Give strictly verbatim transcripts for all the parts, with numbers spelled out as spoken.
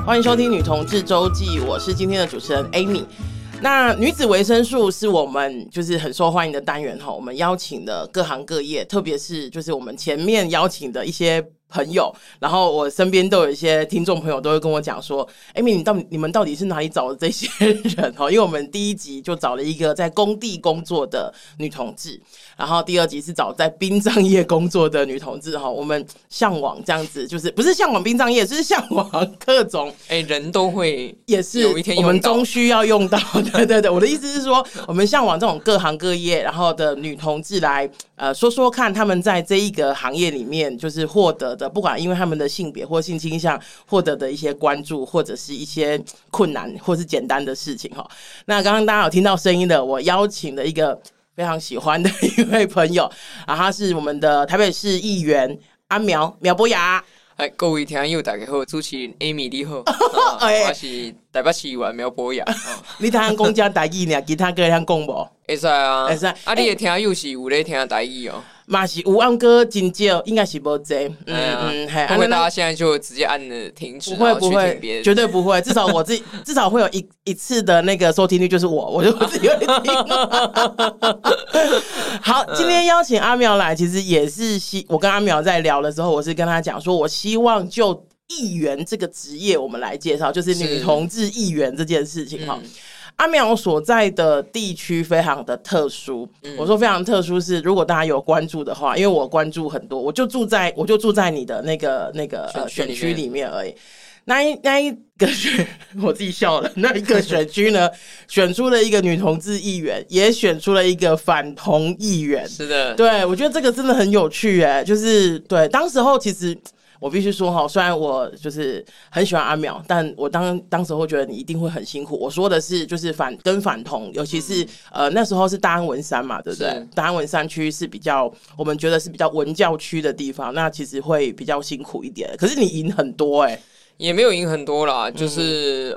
欢迎收听女同志周记，我是今天的主持人 Amy。那女子维生素是我们就是很受欢迎的单元，我们邀请的各行各业，特别是就是我们前面邀请的一些朋友，然后我身边都有一些听众朋友都会跟我讲说 Amy 你到底你们到底是哪里找的这些人，因为我们第一集就找了一个在工地工作的女同志，然后第二集是找在殡葬业工作的女同志，我们向往这样子，就是不是向往殡葬业，是向往各种、 欸、人都会也是有一天用到， 我们终须要用到对对对，我的意思是说我们向往这种各行各业然后的女同志来呃说说看他们在这一个行业里面就是获得的，不管因为他们的性别或性倾向获得的一些关注，或者是一些困难或是简单的事情。那刚刚大家有听到声音的，我邀请了一个非常喜欢的一位朋友，啊，他是我们的台北市议员阿苗苗博雅。 哎，各位听友大家好，主持人 Amy 你好，啊欸、 我是台北市议员苗博雅。 你通讲讲台语呢？其他歌会讲无？ 会使啊， 会使。 啊，你的听友是有咧听台语哦？ 嘛是有，按哥真少，应该是无济。嗯嗯，会不会大家现在就直接按了停止？ 不会不会，绝对不会。至少我自己至少会有一一次的那个收听率，就是我，我就自己会听。好，今天邀请阿苗来，其实也是希我跟阿苗在聊的时候，我是跟他讲说，我希望就议员这个职业，我们来介绍，就是女同志议员这件事情哈。阿苗所在的地区非常的特殊、嗯、我说非常特殊是如果大家有关注的话，因为我关注很多，我就住在我就住在你的那个那个呃选区里面而已。那一那一个选我自己笑了，那一个选区呢选出了一个女同志议员，也选出了一个反同议员。 是的， 对，我觉得这个真的很有趣耶，就是对当时候其实我必须说哈，虽然我就是很喜欢阿苗，但我当当时候觉得你一定会很辛苦。我说的是就是反跟反同，尤其是、嗯、呃那时候是大安文山嘛，对不对？大安文山区是比较我们觉得是比较文教区的地方，那其实会比较辛苦一点。可是你赢很多哎、欸。 也没有赢很多啦，就是、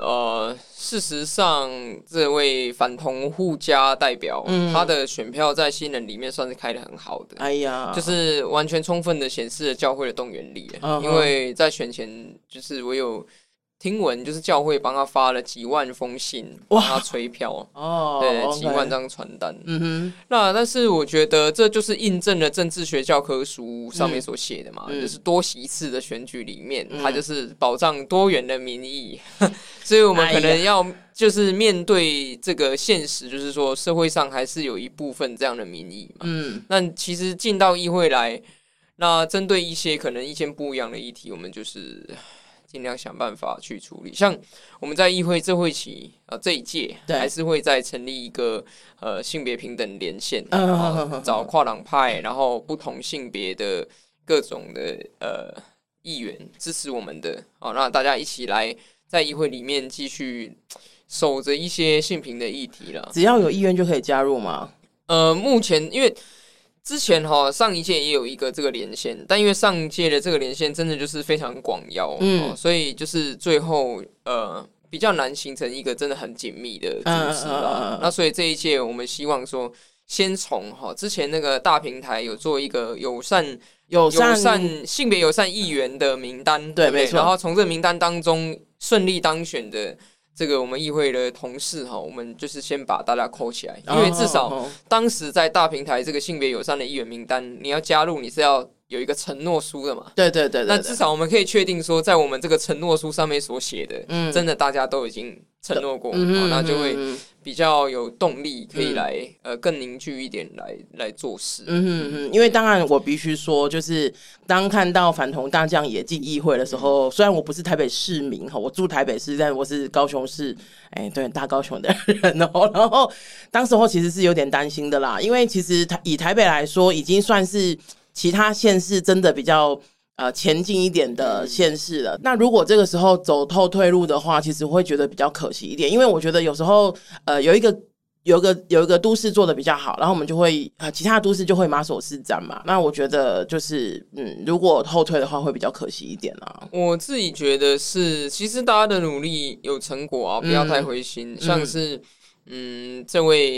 嗯、呃，事实上，这位反同护家代表、嗯，他的选票在新人里面算是开得很好的。哎呀，就是完全充分的显示了教会的动员力、嗯。因为在选前，就是我有听闻，就是教会帮他发了几万封信，帮他催票哦，对， okay. 几万张传单。嗯哼，那但是我觉得这就是印证了政治学教科书上面所写的嘛、嗯，就是多席次的选举里面，嗯、它就是保障多元的民意，所以我们可能要就是面对这个现实，就是说社会上还是有一部分这样的民意嘛。嗯，那其实进到议会来，那针对一些可能意见不一样的议题，我们就是尽量想办法去处理。像我们在议会这会期、呃、这一届还是会再成立一个呃性别平等连线、呃、找跨党派然后不同性别的各种的呃议员支持我们的，好，那大家一起来在议会里面继续守着一些性平的议题啦。 只要有意愿就可以加入吗？ 呃，目前因为之前哈上一届也有一个这个连线，但因为上一届的这个连线真的就是非常广邀，嗯、所以就是最后呃比较难形成一个真的很紧密的组织啦、嗯、那所以这一届我们希望说，先从哈之前那个大平台有做一个友善友善, 友善性别友善议员的名单，对，没错。然后从这个名单当中顺利当选的这个我们议会的同事哈，我们就是先把大家扣起来，因为至少当时在大平台这个性别友善的议员名单，你要加入，你是要有一个承诺书的嘛？ 对对 对, 对, 对。 那至少我们可以确定说，在我们这个承诺书上面所写的、嗯，真的大家都已经承诺过，嗯哦、那就会比较有动力，可以来、嗯、呃更凝聚一点来来做事。嗯哼哼，因为当然我必须说，就是当看到反同大将也进议会的时候，嗯、虽然我不是台北市民哈，我住台北市，但我是高雄市，哎，对，大高雄的人哦。然后当时候其实是有点担心的啦，因为其实以台北来说，已经算是其他县市真的比较呃前进一点的县市了、嗯。那如果这个时候走后退路的话，其实我会觉得比较可惜一点，因为我觉得有时候呃有一个有一个有一个都市做的比较好，然后我们就会呃其他的都市就会马首是瞻嘛。那我觉得就是嗯，如果后退的话，会比较可惜一点啊。 我自己觉得是，其实大家的努力有成果啊，不要太灰心。嗯、像是嗯这位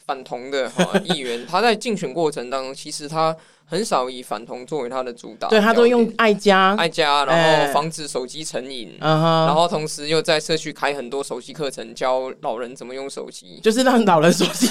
反同的议员，他在竞选过程当中，其实他很少以反同作为他的主打， 对他都用爱家爱家，然后防止手机成瘾，欸、然后同时又在社区开很多手机课程，教老人怎么用手机， 就是让老人手机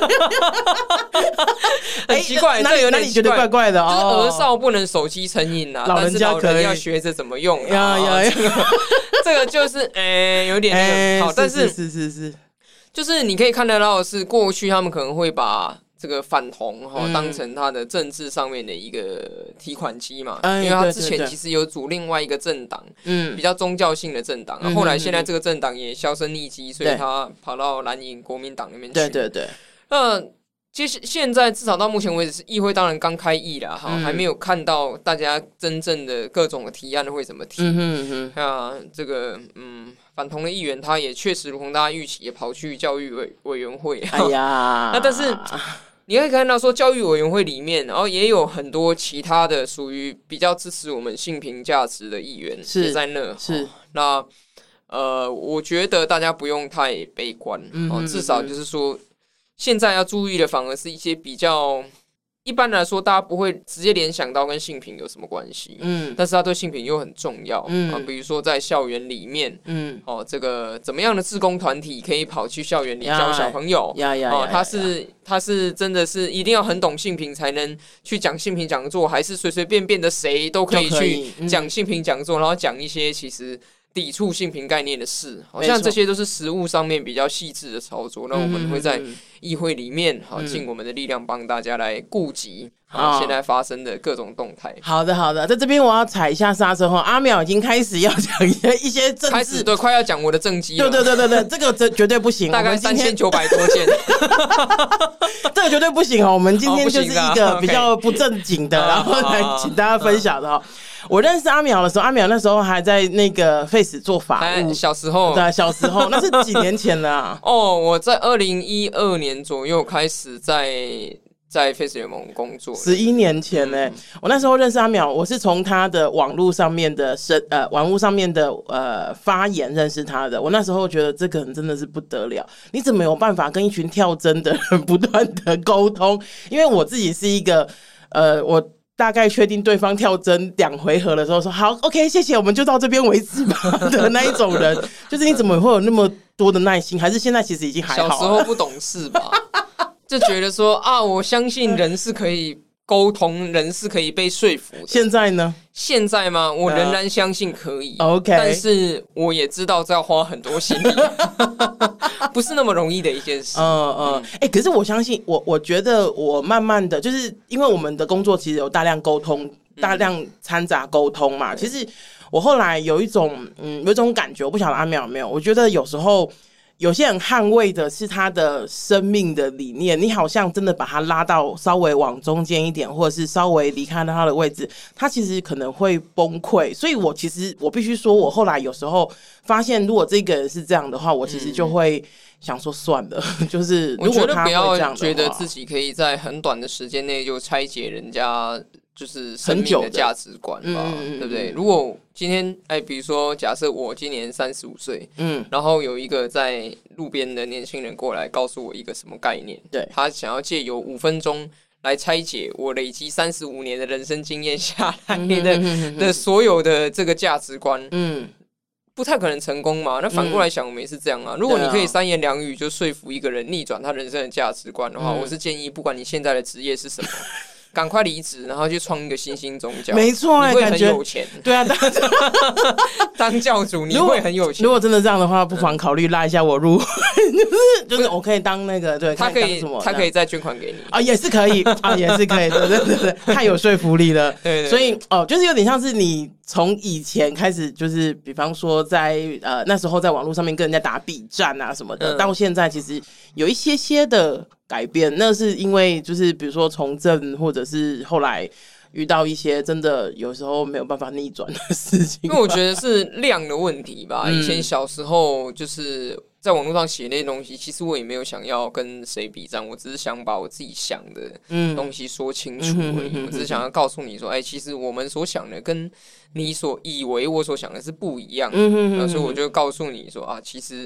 很奇怪，欸、这有点奇怪， 觉得怪怪的哦。 就是儿少不能手机成瘾啊， 老人家可以但是老人要学着怎么用、啊。呀呀，这个这个就是诶、欸、有点那个、欸、好，但是是是是， 就是你可以看得到的是，过去他们可能会把这个反同哈、嗯、当成他的政治上面的一个提款机嘛，哎、因为他之前其实有组另外一个政党，嗯，比较宗教性的政党，嗯、后来现在这个政党也销声匿迹，所以他跑到蓝营国民党那边去。 对对对。 那其实现在至少到目前为止，是议会当然刚开议啦，哈、嗯，还没有看到大家真正的各种的提案会怎么提。嗯哼哼。那这个嗯。反同的议员，他也确实如同大家预期，也跑去教育委委员会。哎呀，那但是你可以看到说，教育委员会里面，然后也有很多其他的属于比较支持我们性平价值的议员也在那。 是， 那呃，我觉得大家不用太悲观，嗯哦、至少就是说，现在要注意的反而是一些比较。一般来说，大家不会直接联想到跟性平有什么关系，嗯，但是它对性平又很重要，嗯啊，比如说在校园里面，嗯，哦，这个怎么样的志工团体可以跑去校园里教小朋友，呀呀，哦，他是他是真的是一定要很懂性平才能去讲性平讲座，还是随随便便的谁都可以去讲性平讲座，然后讲一些其实抵触性平概念的事，好像这些都是实务上面比较细致的操作，那我们会在议会里面好尽我们的力量帮大家来顾及啊现在发生的各种动态。 好的好的，在这边我要踩一下刹车哈，阿淼已经开始要讲一些一些政治， 开始对，快要讲我的政绩了。 对对对对对，这个绝对不行， 大概三千九百多件， 这个绝对不行哦。我们今天就是一个比较不正经的，然后来请大家分享的哈。我认识阿淼的时候，阿淼那时候还在那个 Face 做法务， 小时候， 对，小时候那是几年前了、啊。 哦，我在二零一二年左右开始在在 Face 联盟工作， 十一年前呢、欸嗯。我那时候认识阿淼，我是从他的网络上面的呃网络上面的呃发言认识他的。我那时候觉得这个人真的是不得了，你怎么有办法跟一群跳针的人不断的沟通？因为我自己是一个呃我。大概确定对方跳针两回合的时候说好 OK 谢谢我们就到这边为止吧的那一种人，就是你怎么会有那么多的耐心？还是现在其实已经还好了？ 小时候不懂事吧，就觉得说啊，我相信人是可以沟通，人是可以被说服的。 现在呢？ 现在吗？我仍然相信可以。 Uh, OK， 但是我也知道这要花很多心力，不是那么容易的一件事。 嗯嗯，哎、欸，可是我相信，我我觉得我慢慢的，就是因为我们的工作其实有大量沟通，大量掺杂沟通嘛。嗯、其实我后来有一种嗯，有一种感觉，我不晓得阿淼有没有？我觉得有时候。有些人捍卫的是他的生命的理念，你好像真的把他拉到稍微往中间一点，或者是稍微离开他的位置，他其实可能会崩溃。所以我其实我必须说，我后来有时候发现，如果这个人是这样的话，我其实就会想说算了，嗯、就是如果他会这样的话， 我觉得不要觉得自己可以在很短的时间内就拆解人家。就是生命的价值观吧，嗯、对不对？如果今天哎，比如说，假设我今年三十五岁，嗯，然后有一个在路边的年轻人过来告诉我一个什么概念， 对， 他想要借由五分钟来拆解我累积三十五年的人生经验下来的、嗯、的所有的这个价值观，嗯。不太可能成功嘛？那反过来想，我们也是这样啊。嗯、如果你可以三言两语就说服一个人逆转他人生的价值观的话，嗯、我是建议，不管你现在的职业是什么。赶快离职，然后去创一个新兴宗教。 没错， 你会很有钱。 对啊， 当教主你会很有钱。 如果真的这样的话，不妨考虑拉一下我入会，就是就是我可以当那个对， 他可以他可以再捐款给你啊，也是可以啊，也是可以，对对对对，太有说服力了。 对, 对, 对， 所以哦，就是有点像是你从以前开始，就是比方说在呃那时候在网络上面跟人家打笔战啊什么的，嗯、到现在其实有一些些的。改变，那是因为就是比如说从政，或者是后来遇到一些真的有时候没有办法逆转的事情。 因为我觉得是量的问题吧。嗯、以前小时候就是在网络上写那些东西，其实我也没有想要跟谁比战，我只是想把我自己想的东西说清楚而已。嗯、我只是想要告诉你说，哎、欸，其实我们所想的跟你所以为我所想的是不一样的。嗯、所以我就告诉你说啊，其实。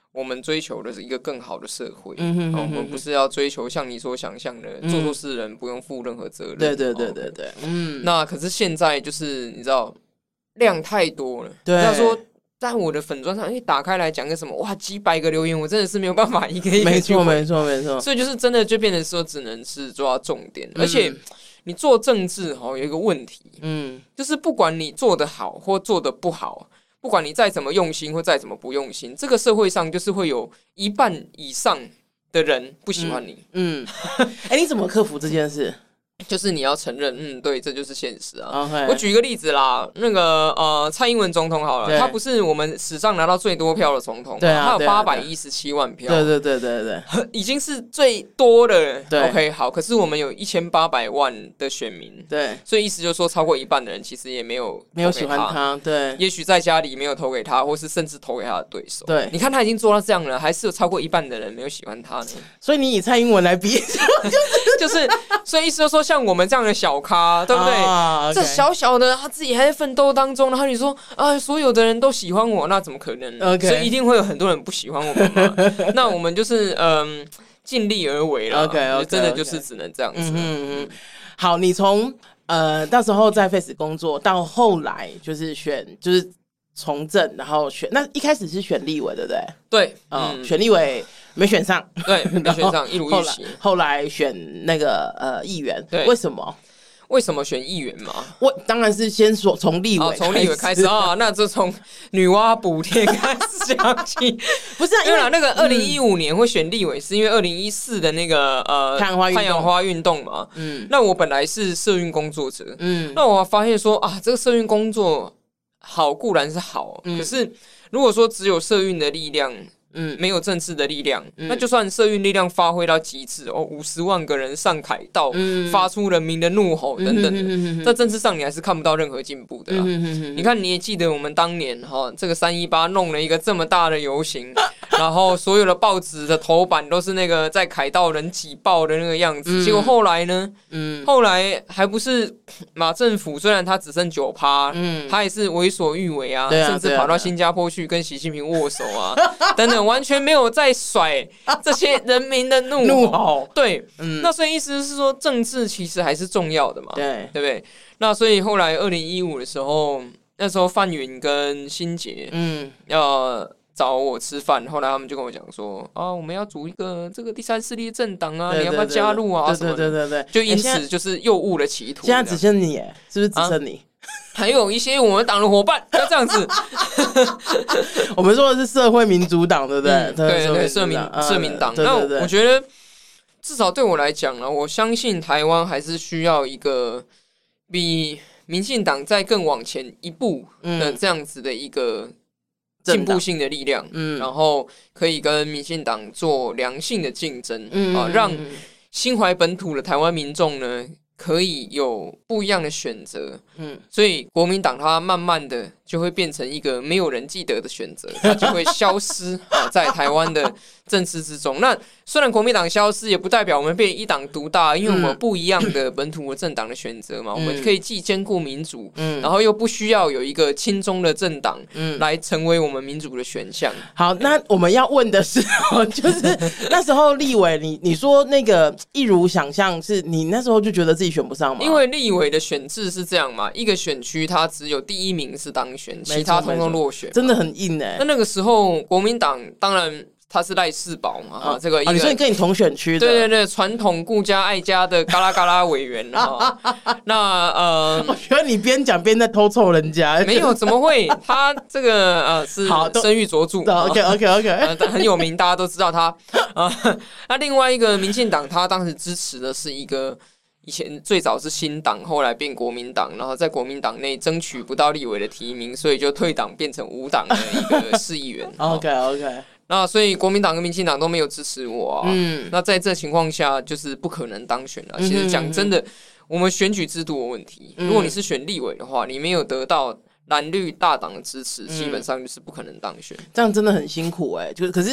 我们追求的是一个更好的社会，嗯哼哼哼哼、哦、我们不是要追求像你所想象的、嗯、做错事人不用负任何责任。 对对对对对，嗯。 那可是现在就是你知道量太多了，对。要说在我的粉专上，哎，打开来讲个什么，哇，几百个留言，我真的是没有办法一个一个去回。 没错没错没错。 所以就是真的就变成说，只能是抓重点，嗯、而且你做政治哈、哦、有一个问题，嗯，就是不管你做得好或做得不好。不管你再怎么用心或再怎么不用心，这个社会上就是会有一半以上的人不喜欢你。 嗯，哎、嗯欸，你怎么克服这件事？ 就是你要承认，嗯，对，这就是现实啊。 Okay. 我举一个例子啦，那个呃，蔡英文总统好了，他不是我们史上拿到最多票的总统， 对啊， 他有八百一十七万票， 对对对对对， 已经是最多的。OK， 好，可是我们有一千八百万的选民， 对， 所以意思就是说，超过一半的人其实也没有没有喜欢他，对， 也许在家里没有投给他，或是甚至投给他的对手。 对， 你看他已经做到这样了，还是有超过一半的人没有喜欢他呢。 所以你以蔡英文来比，就是就是，所以意思就是说，像我们这样的小。小咖对不对？啊 okay、这小小的他自己还在奋斗当中，然后你说啊，所有的人都喜欢我，那怎么可能？ Okay、 所以一定会有很多人不喜欢我们嘛。那我们就是嗯，尽力而为了。 OK OK， 真的就是只能这样子。 嗯嗯嗯。好，你从呃那时候在 Face 工作，到后来就是选就是从政，然后选那一开始是选立委，对不对？ 对， 嗯，嗯选立委。没选上， 对，没选上，一如预期。 后来选那个呃议员，为什么？ 为什么选议员嘛？ 我当然是先说从立委， 从、哦、立委开始啊，那就从女娲补天开始讲起。 不是、啊， 因为那个二零一五年会选立委，是因为二零一四的那个呃太阳花运动嘛。嗯，那我本来是社运工作者，嗯，那我发现说啊，这个社运工作好固然是好，嗯、可是如果说只有社运的力量。嗯，没有政治的力量，嗯、那就算社运力量发挥到极致哦，五十万个人上凯道，嗯、发出人民的怒吼等等的，在、嗯嗯、政治上你还是看不到任何进步的啦。嗯、哼哼你看，你也记得我们当年哈、哦，这个三一八弄了一个这么大的游行，然后所有的报纸的头版都是那个在凯道人挤爆的那个样子，嗯、结果后来呢，嗯、后来还不是马政府，虽然他只剩九趴，他也是为所欲为啊，啊甚至跑到新加坡去跟习近平握手啊，等等。完全没有在甩这些人民的怒怒吼， 对，嗯，那所以意思是说，政治其实还是重要的嘛， 对， 对不对？那所以后来二零一五的时候，那时候范云跟欣杰，嗯，要找我吃饭，后来他们就跟我讲说，啊，我们要组一个这个第三势力政党啊， 对对对对， 你要不要加入啊？ 对对对对对， 就因此就是诱误了歧途。 现在只剩你，是不是只剩你？ 啊还有一些我们党的伙伴，要这样子。 我们说的是社会民主党，对不对？ 嗯、对对对，社民社民党。那我觉得，至少对我来讲呢，我相信台湾还是需要一个比民进党再更往前一步的这样子的一个进步性的力量，嗯，然后可以跟民进党做良性的竞争，嗯啊，让心怀本土的台湾民众呢。可以有不一样的选择，嗯，所以国民党它慢慢的就会变成一个没有人记得的选择，它就会消失啊，在台湾的政治之中。那虽然国民党消失，也不代表我们变一党独大，因为我们有不一样的本土的政党的选择嘛，嗯、我们可以既兼顾民主，嗯，然后又不需要有一个亲中的政党，嗯，来成为我们民主的选项。 好，那我们要问的是，就是那时候立委，你你说那个一如想象，是你那时候就觉得自己选不上吗？ 因为立委的选制是这样嘛，一个选区它只有第一名是当选，其他通通落选， 真的很硬哎、欸。 那那个时候国民党当然他是赖士宝嘛，啊、哦，这个一个、哦、 你说你跟你同选区的， 对对对，传统顾家爱家的嘎啦嘎啦委员啊。那呃， 我觉得你边讲边在偷臭人家， 没有怎么会？他这个呃是声誉卓著 ，OK OK OK，、 呃、很有名，大家都知道他啊、呃。那另外一个民进党，他当时支持的是一个。以前最早是新党，后来变国民党，然后在国民党内争取不到立委的提名，所以就退党变成无党的一个市议员。 OK OK， 那所以国民党跟民进党都没有支持我啊。嗯，那在这情况下，就是不可能当选了。嗯、其实讲真的，我们选举制度的问题，如果你是选立委的话，你没有得到蓝绿大党的支持，基本上就是不可能当选。 这样真的很辛苦哎、欸，就是可是。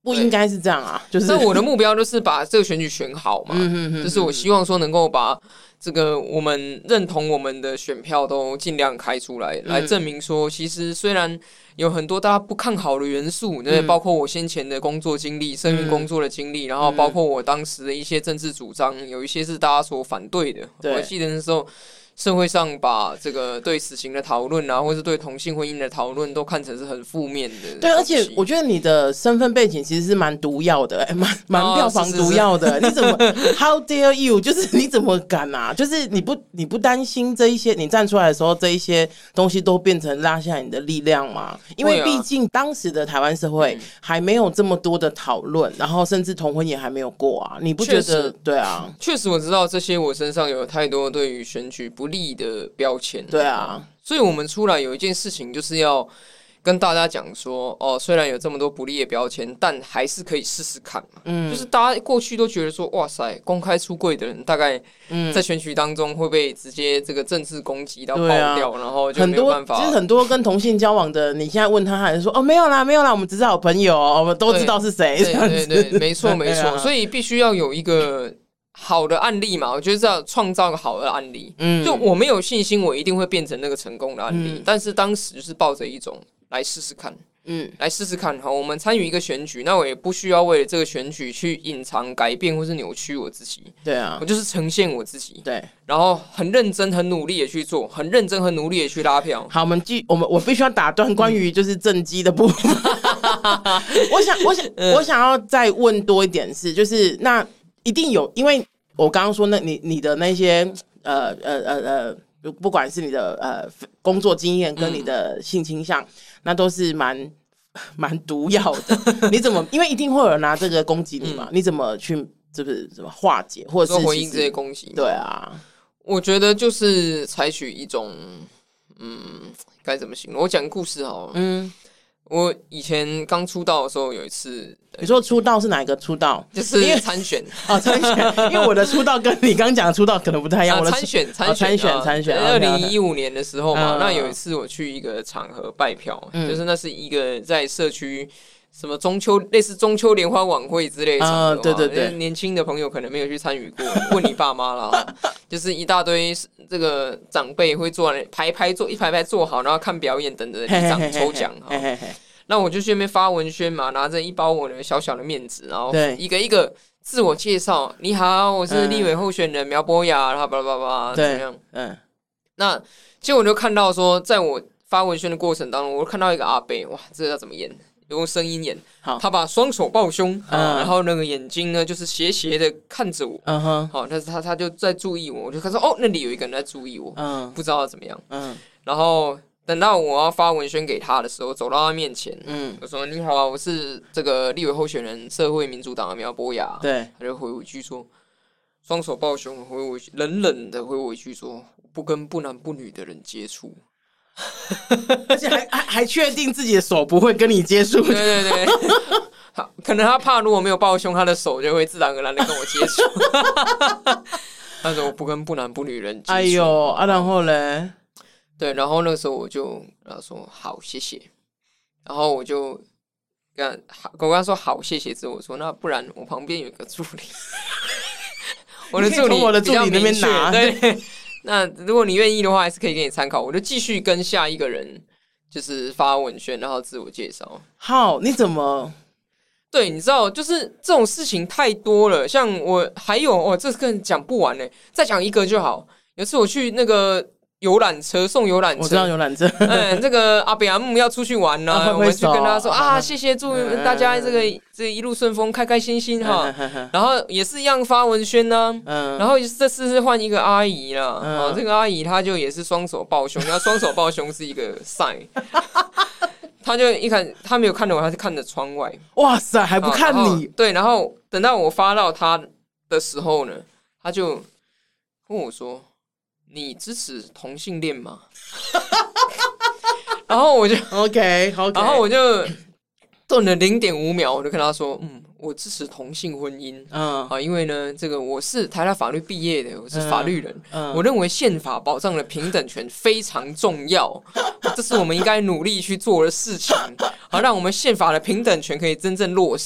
不应该是这样啊。就是， 但我的目标就是把这个选举选好嘛，嗯哼哼哼，就是我希望说能够把这个我们认同我们的选票都尽量开出来，嗯、来证明说，其实虽然有很多大家不看好的元素，对、嗯，包括我先前的工作经历、社运工作的经历、嗯，然后包括我当时的一些政治主张，有一些是大家所反对的。我还记得那时候。社会上把这个对死刑的讨论啊，或是对同性婚姻的讨论，都看成是很负面的。 对，而且我觉得你的身份背景其实是蛮毒药的，蛮蛮票房毒药的。啊、是是是你怎么 ？How dare you？ 就是你怎么敢啊？就是你不你不担心这一些，你站出来的时候，这一些东西都变成拉下你的力量吗？因为毕竟当时的台湾社会还没有这么多的讨论，然后甚至同婚也还没有过啊。你不觉得？对啊， 确实我知道这些，我身上有太多对于选举不利的标签， 对啊， 所以我们出来有一件事情，就是要跟大家讲说，哦，虽然有这么多不利的标签，但还是可以试试看嘛。嗯，就是大家过去都觉得说，哇塞，公开出柜的人，大概在选举当中会被直接这个政治攻击到爆掉，啊、然后就没有办法。 其实很多跟同性交往的，你现在问他，他还是说，哦，没有啦，没有啦，我们只是好朋友，我们都知道是谁。 对对 对, 对，没错没错，所以必须要有一个。好的案例嘛，我觉得要创造个好的案例。嗯，就我没有信心，我一定会变成那个成功的案例。嗯、但是当时就是抱着一种来试试看，嗯，来试试看。好，我们参与一个选举，那我也不需要为了这个选举去隐藏、改变或是扭曲我自己。 对啊， 我就是呈现我自己。 对， 然后很认真、很努力的去做，很认真、很努力的去拉票。 好，我们继我们我必须要打断关于就是政绩的部分。我想，我想，我想要再问多一点是，就是那一定有，因为。我刚刚说，那你你的那些呃呃呃呃，不管是你的呃工作经验跟你的性倾向，嗯、那都是蛮蛮毒药的。你怎么？因为一定会有人拿这个攻击你嘛？嗯、你怎么去就是怎么化解，或者是回应这些攻击？ 对啊， 我觉得就是采取一种嗯，该怎么形容？我讲个故事好了。嗯。我以前刚出道的时候，有一次， 你说出道是哪一个出道？ 就是参选哦，参选。因为我的出道跟你刚讲的出道可能不太一样。 啊、参选，参选，参选，参选。 二零一五年的时候嘛，嗯、那有一次我去一个场合拜票，嗯、就是那是一个在社区什么中秋类似中秋联欢晚会之类的场合、嗯、 对对对， 年轻的朋友可能没有去参与过，问你爸妈啦。就是一大堆这个长辈会坐排排坐一排排坐好，然后看表演，等着里长抽奖哈。那我就去那边发文宣嘛，拿着一包我的小小的面纸，然后一个一个自我介绍，你好，我是立委候选人苗博雅，然后巴拉巴拉怎么样？嗯，那结果我就看到说，在我发文宣的过程当中，我看到一个阿伯，哇，这个要怎么演？用声音演，他把双手抱胸，嗯、然后那个眼睛呢，就是斜斜的看着我，嗯哼，好，但是他他就在注意我，我就看说，哦，那里有一个人在注意我，嗯，不知道怎么样，嗯，然后等到我要发文宣给他的时候，走到他面前，嗯，我说你好啊，我是这个立委候选人，社会民主党的苗博雅， 对， 他就回我一句说，双手抱胸，回我冷冷的回我一句说，不跟不男不女的人接触。 而且还还还确定自己的手不会跟你接触， 对对对，可能他怕如果没有抱胸，他的手就会自然而然的跟我接触。他说我不跟不男不女人接触。 哎呦啊，然后嘞， 对，然后那个时候我就跟他说好，谢谢。然后我就跟他我跟他说好，谢谢之后，我说那不然我旁边有一个助理，我的助理我的助理那边拿， 对。那如果你愿意的话，还是可以给你参考。我就继续跟下一个人，就是发文宣，然后自我介绍。 好，你怎么？ 对，你知道，就是这种事情太多了。像我还有哦，这更讲不完嘞，再讲一个就好。有次我去那个游览车送游览车， 我知道游览车。 嗯，这个阿北阿木要出去玩呢、啊，我们就跟他说啊，谢谢，祝大家这个这一路顺风，开开心心哈。然后也是一样发文宣呢、啊，嗯，然后这次是换一个阿姨了，嗯、啊，这个阿姨她就也是双手抱胸，然后双手抱胸是一个 sign。他就一看，他没有看着我，他是看着窗外。 哇塞，还不看你？ 对，然后等到我发到他的时候呢，他就问我说：“你支持同性恋吗？”然后我就 OK， OK， 然后我就顿了零点五秒，我就跟他说：“嗯，我支持同性婚姻。嗯啊，因为呢，这个我是台大法律毕业的，我是法律人，嗯嗯、我认为宪法保障的平等权非常重要，这是我们应该努力去做的事情，好让我们宪法的平等权可以真正落实。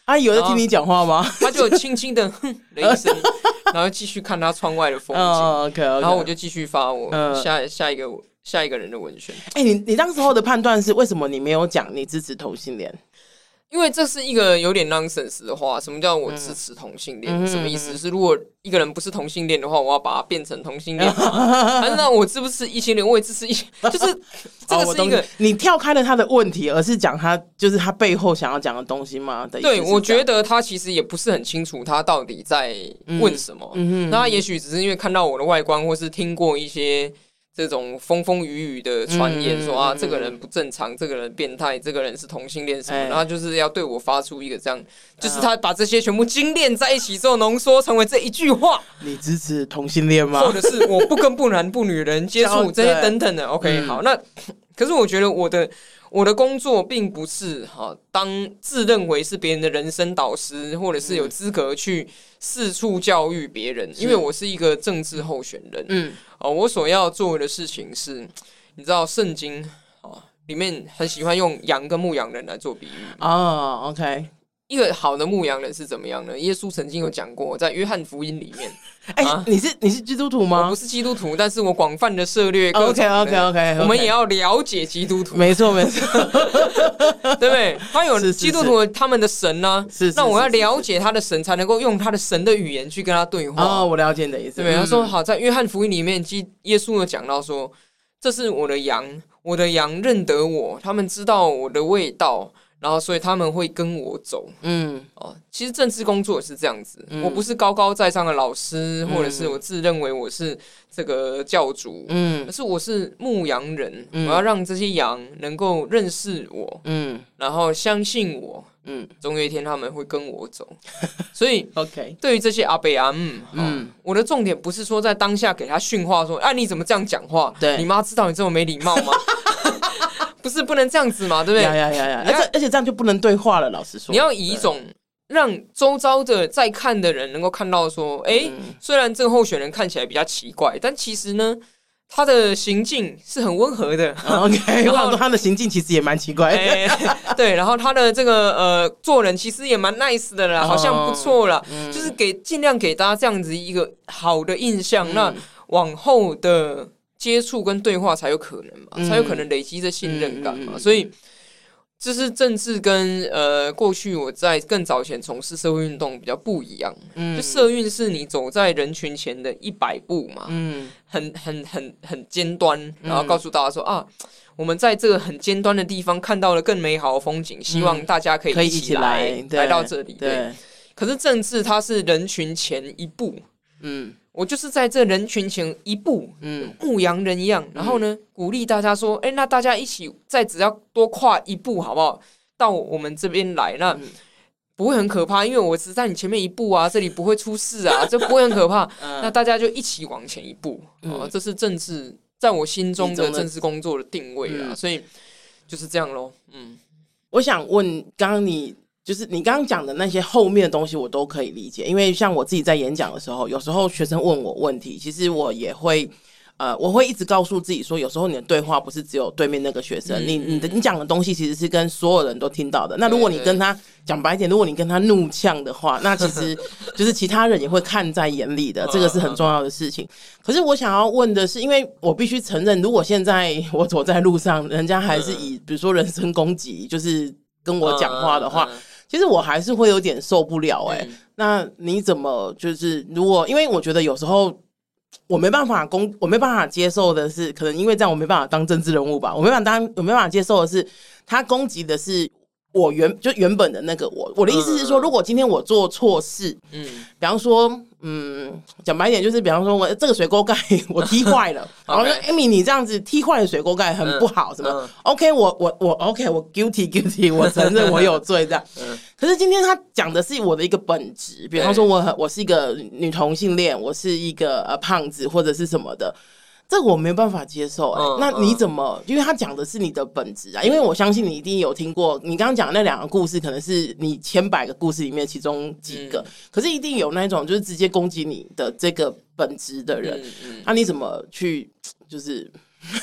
阿姨有在听你讲话吗？ 他就轻轻的哼了一声，然后继续看他窗外的风景。 oh, okay, okay. 然后我就继续发我下、uh, 下一个下一个人的文宣。 哎、欸，你你当时候的判断是为什么你没有讲你支持同性恋？ 因为这是一个有点 nonsense 的话。什么叫我支持同性恋？嗯、什么意思？是如果一个人不是同性恋的话，我要把他变成同性恋吗？还是那我支不支持异性恋？我也支持异性，就是这个是一个、哦、 你跳开了他的问题，而是讲他就是他背后想要讲的东西吗？ 对，我觉得他其实也不是很清楚他到底在问什么。嗯嗯、那他也许只是因为看到我的外观，或是听过一些这种风风雨雨的传言，说啊，这个人不正常，这个人变态，这个人是同性恋什么，然后就是要对我发出一个这样，就是他把这些全部精炼在一起之后，浓缩成为这一句话： 你支持同性恋吗？ 或者是我不跟不男不女人接触这些等等的。OK， 好，那可是我觉得我的我的工作并不是哈，当自认为是别人的人生导师，或者是有资格去四处教育别人，因为我是一个政治候选人。嗯。哦，我所要做的事情是，你知道圣经哦里面很喜欢用羊跟牧羊人来做比喻哦。oh, OK， 一个好的牧羊人是怎么样呢？耶稣曾经有讲过，在约翰福音里面。 哎、欸啊，你是你是基督徒吗？ 我不是基督徒，但是我广泛的涉猎。 OK OK OK， 我们也要了解基督徒。 没错没错， 对不对？他有基督徒他们的神呢、啊，是是是是是，那我要了解他的神，才能够用他的神的语言去跟他对话。 哦，我了解你的意思。 对，他说好，在约翰福音里面，耶稣有讲到说，这是我的羊，我的羊认得我，他们知道我的味道。然后，所以他们会跟我走。嗯，哦，其实政治工作也是这样子。嗯、我不是高高在上的老师，嗯、或者是我自认为我是这个教主。嗯，而是我是牧羊人、嗯，我要让这些羊能够认识我。嗯，然后相信我。嗯，总有一天他们会跟我走。所以 ，OK， 对于这些阿伯阿姆，嗯，我的重点不是说在当下给他训话说，啊，你怎么这样讲话？对，你妈知道你这么没礼貌吗？不是不能这样子嘛，对不对？ 呀呀呀呀！而且而且这样就不能对话了。老实说， 你要以一种让周遭的在看的人能够看到说，哎、欸嗯，虽然这个候选人看起来比较奇怪，但其实呢，他的行径是很温和的。 OK， 然后他的行径其实也蛮奇怪的。 欸、对，然后他的这个呃做人其实也蛮 nice 的啦，好像不错啦、嗯，就是给尽量给大家这样子一个好的印象。嗯、那往后的接触跟对话才有可能嘛，嗯、才有可能累积这信任感嘛，嗯、所以这是政治跟呃过去我在更早前从事社会运动比较不一样。嗯，就社运是你走在人群前的一百步嘛，嗯，很很很很尖端，然后告诉大家说、嗯、啊，我们在这个很尖端的地方看到了更美好的风景，希望大家可以一起来、嗯、来, 来到这里。对，对，可是政治它是人群前一步，嗯。我就是在这人群前一步，嗯，牧羊人一样，然后呢，嗯、鼓励大家说，哎、欸，那大家一起再只要多跨一步，好不好？到我们这边来，那、嗯、不会很可怕，因为我只在你前面一步啊，这里不会出事啊，这不会很可怕。嗯、那大家就一起往前一步，哦、嗯，这是政治在我心中的政治工作的定位啊，嗯、所以就是这样咯。嗯， 我想问，刚刚你。就是你刚刚讲的那些后面的东西我都可以理解，因为像我自己在演讲的时候，有时候学生问我问题，其实我也会呃，我会一直告诉自己说，有时候你的对话不是只有对面那个学生，嗯、你你的你讲的东西其实是跟所有人都听到的。那如果你跟他讲白一点，如果你跟他怒呛的话，那其实就是其他人也会看在眼里的，这个是很重要的事情。可是我想要问的是，因为我必须承认，如果现在我走在路上，人家还是以比如说人身攻击，就是跟我讲话的话。其实我还是会有点受不了哎、欸嗯，那你怎么就是如果因为我觉得有时候我没办法攻，我没办法接受的是，可能因为这样我没办法当政治人物吧，我没办法当，我没办法接受的是他攻击的是我原就原本的那个我。我的意思是说，如果今天我做错事，嗯，比方说，嗯，讲白一点就是，比方说我这个水沟盖我踢坏了，然后说 Amy 你这样子踢坏了水沟盖很不好，什么、嗯、？OK， 我我我 OK， 我 guilty guilty， 我承认我有罪这样。嗯、可是今天他讲的是我的一个本质，比方说我我是一个女同性恋，我是一个呃胖子或者是什么的。这个我没办法接受、欸嗯、那你怎么、嗯、因为他讲的是你的本质啊，因为我相信你一定有听过你刚刚讲的那两个故事，可能是你千百个故事里面其中几个、嗯、可是一定有那种就是直接攻击你的这个本质的人、嗯嗯、那你怎么去就是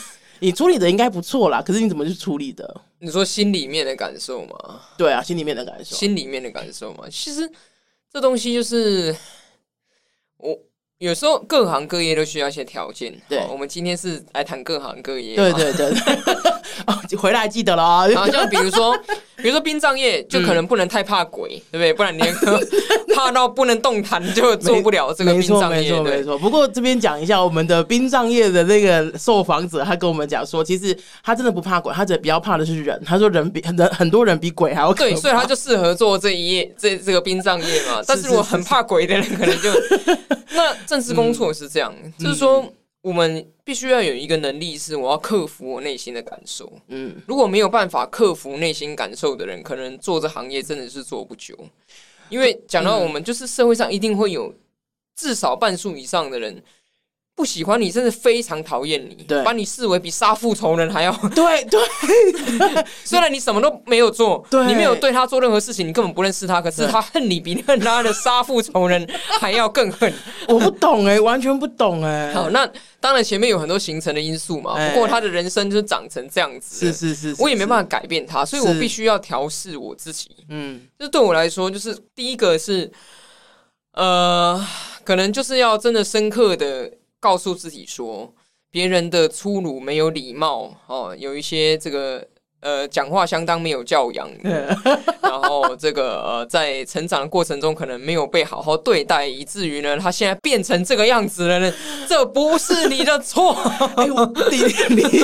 你处理的应该不错啦，可是你怎么去处理的？ 你说心里面的感受吗？ 对啊，心里面的感受， 心里面的感受嘛。其实这东西就是我。有时候各行各业都需要一些条件。对、哦，我们今天是来谈各行各业。 对对对，哦，回来记得了啊。 好像比如说，比如说殡葬业就可能不能太怕鬼，嗯、对不对？不然你怕到不能动弹，就做不了这个殡葬业。 没错没错。不过这边讲一下，我们的殡葬业的那个受访者，他跟我们讲说，其实他真的不怕鬼，他只比较怕的是人。他说人比很很多人比鬼还要可怕。 对，所以他就适合做这一业这这个殡葬业嘛。但是如果很怕鬼的人，可能就那。正式工作是这样，嗯、就是说我们必须要有一个能力，是我要克服我内心的感受。嗯，如果没有办法克服内心感受的人，可能做这行业真的是做不久。因为讲到我们，就是社会上一定会有至少半数以上的人不喜欢你，甚至非常讨厌你，把你视为比杀父仇人还要对对。 虽然你什么都没有做，你没有对他做任何事情，你根本不认识他，可是他恨你比恨他的杀父仇人还要更恨。 我不懂哎、欸，完全不懂哎、欸。 好，那当然前面有很多形成的因素嘛，欸、不过他的人生就是长成这样子， 是是 是, 是， 我也没办法改变他，所以我必须要调试我自己。嗯，就对我来说，就是第一个是，呃，可能就是要真的深刻的告诉自己说，别人的粗鲁没有礼貌哦，有一些这个呃讲话相当没有教养，然后这个呃在成长的过程中可能没有被好好对待，以至于呢他现在变成这个样子了呢，这不是你的错。 哎，你你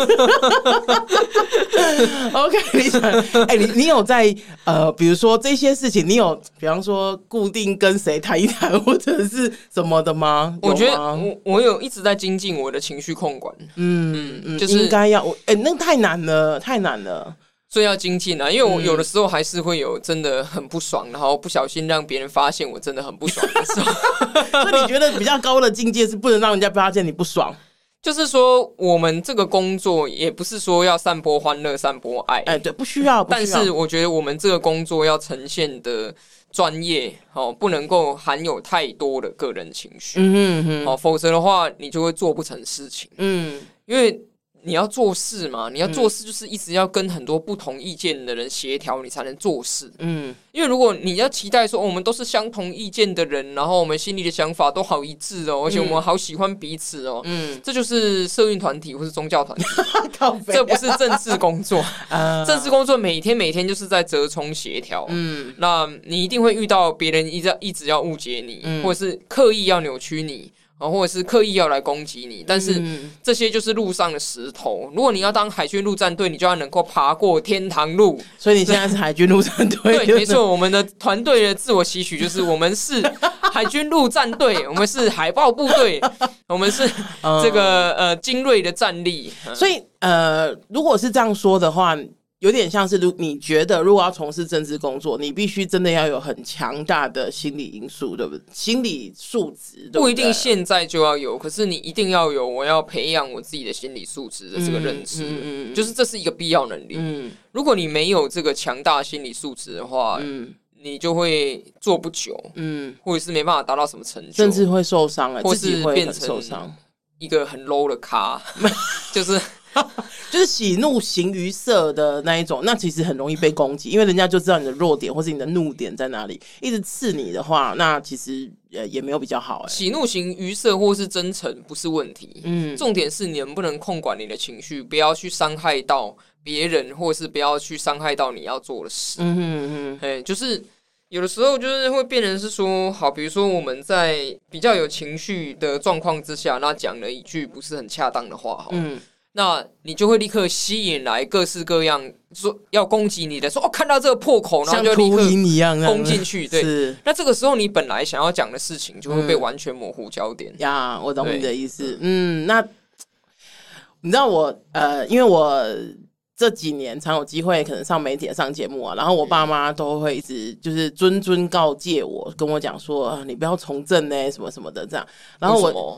，OK， 你想，哎，你你有在呃，比如说这些事情，你有比方说固定跟谁谈一谈，或者是什么的吗？ 我觉得我我有一直在精进我的情绪控管，嗯嗯，就是应该要，哎，那太难了，太难了。 所以要精进啊，因为我有的时候还是会有真的很不爽，然后不小心让别人发现我真的很不爽的时候。 所以你觉得比较高的境界是不能让人家发现你不爽？ 就是说，我们这个工作也不是说要散播欢乐、散播爱， 哎，对，不需要。不需要， 但是我觉得我们这个工作要呈现的专业，哦，不能够含有太多的个人情绪，嗯哼哼，哦，否则的话，你就会做不成事情。嗯，因为你要做事嘛，你要做事就是一直要跟很多不同意见的人协调，你才能做事。嗯，因为如果你要期待说、哦、我们都是相同意见的人，然后我们心里的想法都好一致哦，而且我们好喜欢彼此哦，嗯，这就是社运团体或是宗教团体，这不是政治工作。uh, 政治工作每天每天就是在折冲协调，嗯，那你一定会遇到别人一直一直要误解你，嗯、或者是刻意要扭曲你。或者是刻意要来攻击你，但是这些就是路上的石头。如果你要当海军陆战队，你就要能够爬过天堂路。 所以你现在是海军陆战队？ 对，没错。我们的团队的自我期许就是我们是海军陆战队，我们是海豹部队，我们是这个呃精锐的战力。 所以呃，如果是这样说的话。有点像是你觉得如果要从事政治工作，你必须真的要有很强大的心理因素，对不对？心理素质，对不对？ 不一定现在就要有，可是你一定要有我要培养我自己的心理素质的这个认知，嗯嗯嗯、就是这是一个必要能力。嗯、如果你没有这个强大心理素质的话，嗯、你就会做不久，嗯，或者是没办法达到什么成就， 甚至会受伤， 或是变成一个很 low 的咖，就是就是喜怒形于色的那一种，那其实很容易被攻击，因为人家就知道你的弱点或是你的怒点在哪里，一直刺你的话，那其实也没有比较好。 喜怒形于色或是真诚不是问题，嗯，重点是你能不能控管你的情绪，不要去伤害到别人，或是不要去伤害到你要做的事。嗯哼哼，哎，就是有的时候就是会变成是说，好，比如说我们在比较有情绪的状况之下，那讲了一句不是很恰当的话，好，嗯。那你就会立刻吸引来各式各样说要攻击你的，说哦看到这个破口，然后就立刻攻进去。对，那这个时候你本来想要讲的事情就会被完全模糊焦点。 呀、嗯，我懂你的意思。嗯，那你知道我呃，因为我这几年常有机会可能上媒体上节目啊，然后我爸妈都会一直就是谆谆告诫我，跟我讲说、啊、你不要从政呢、欸，什么什么的这样。然后我。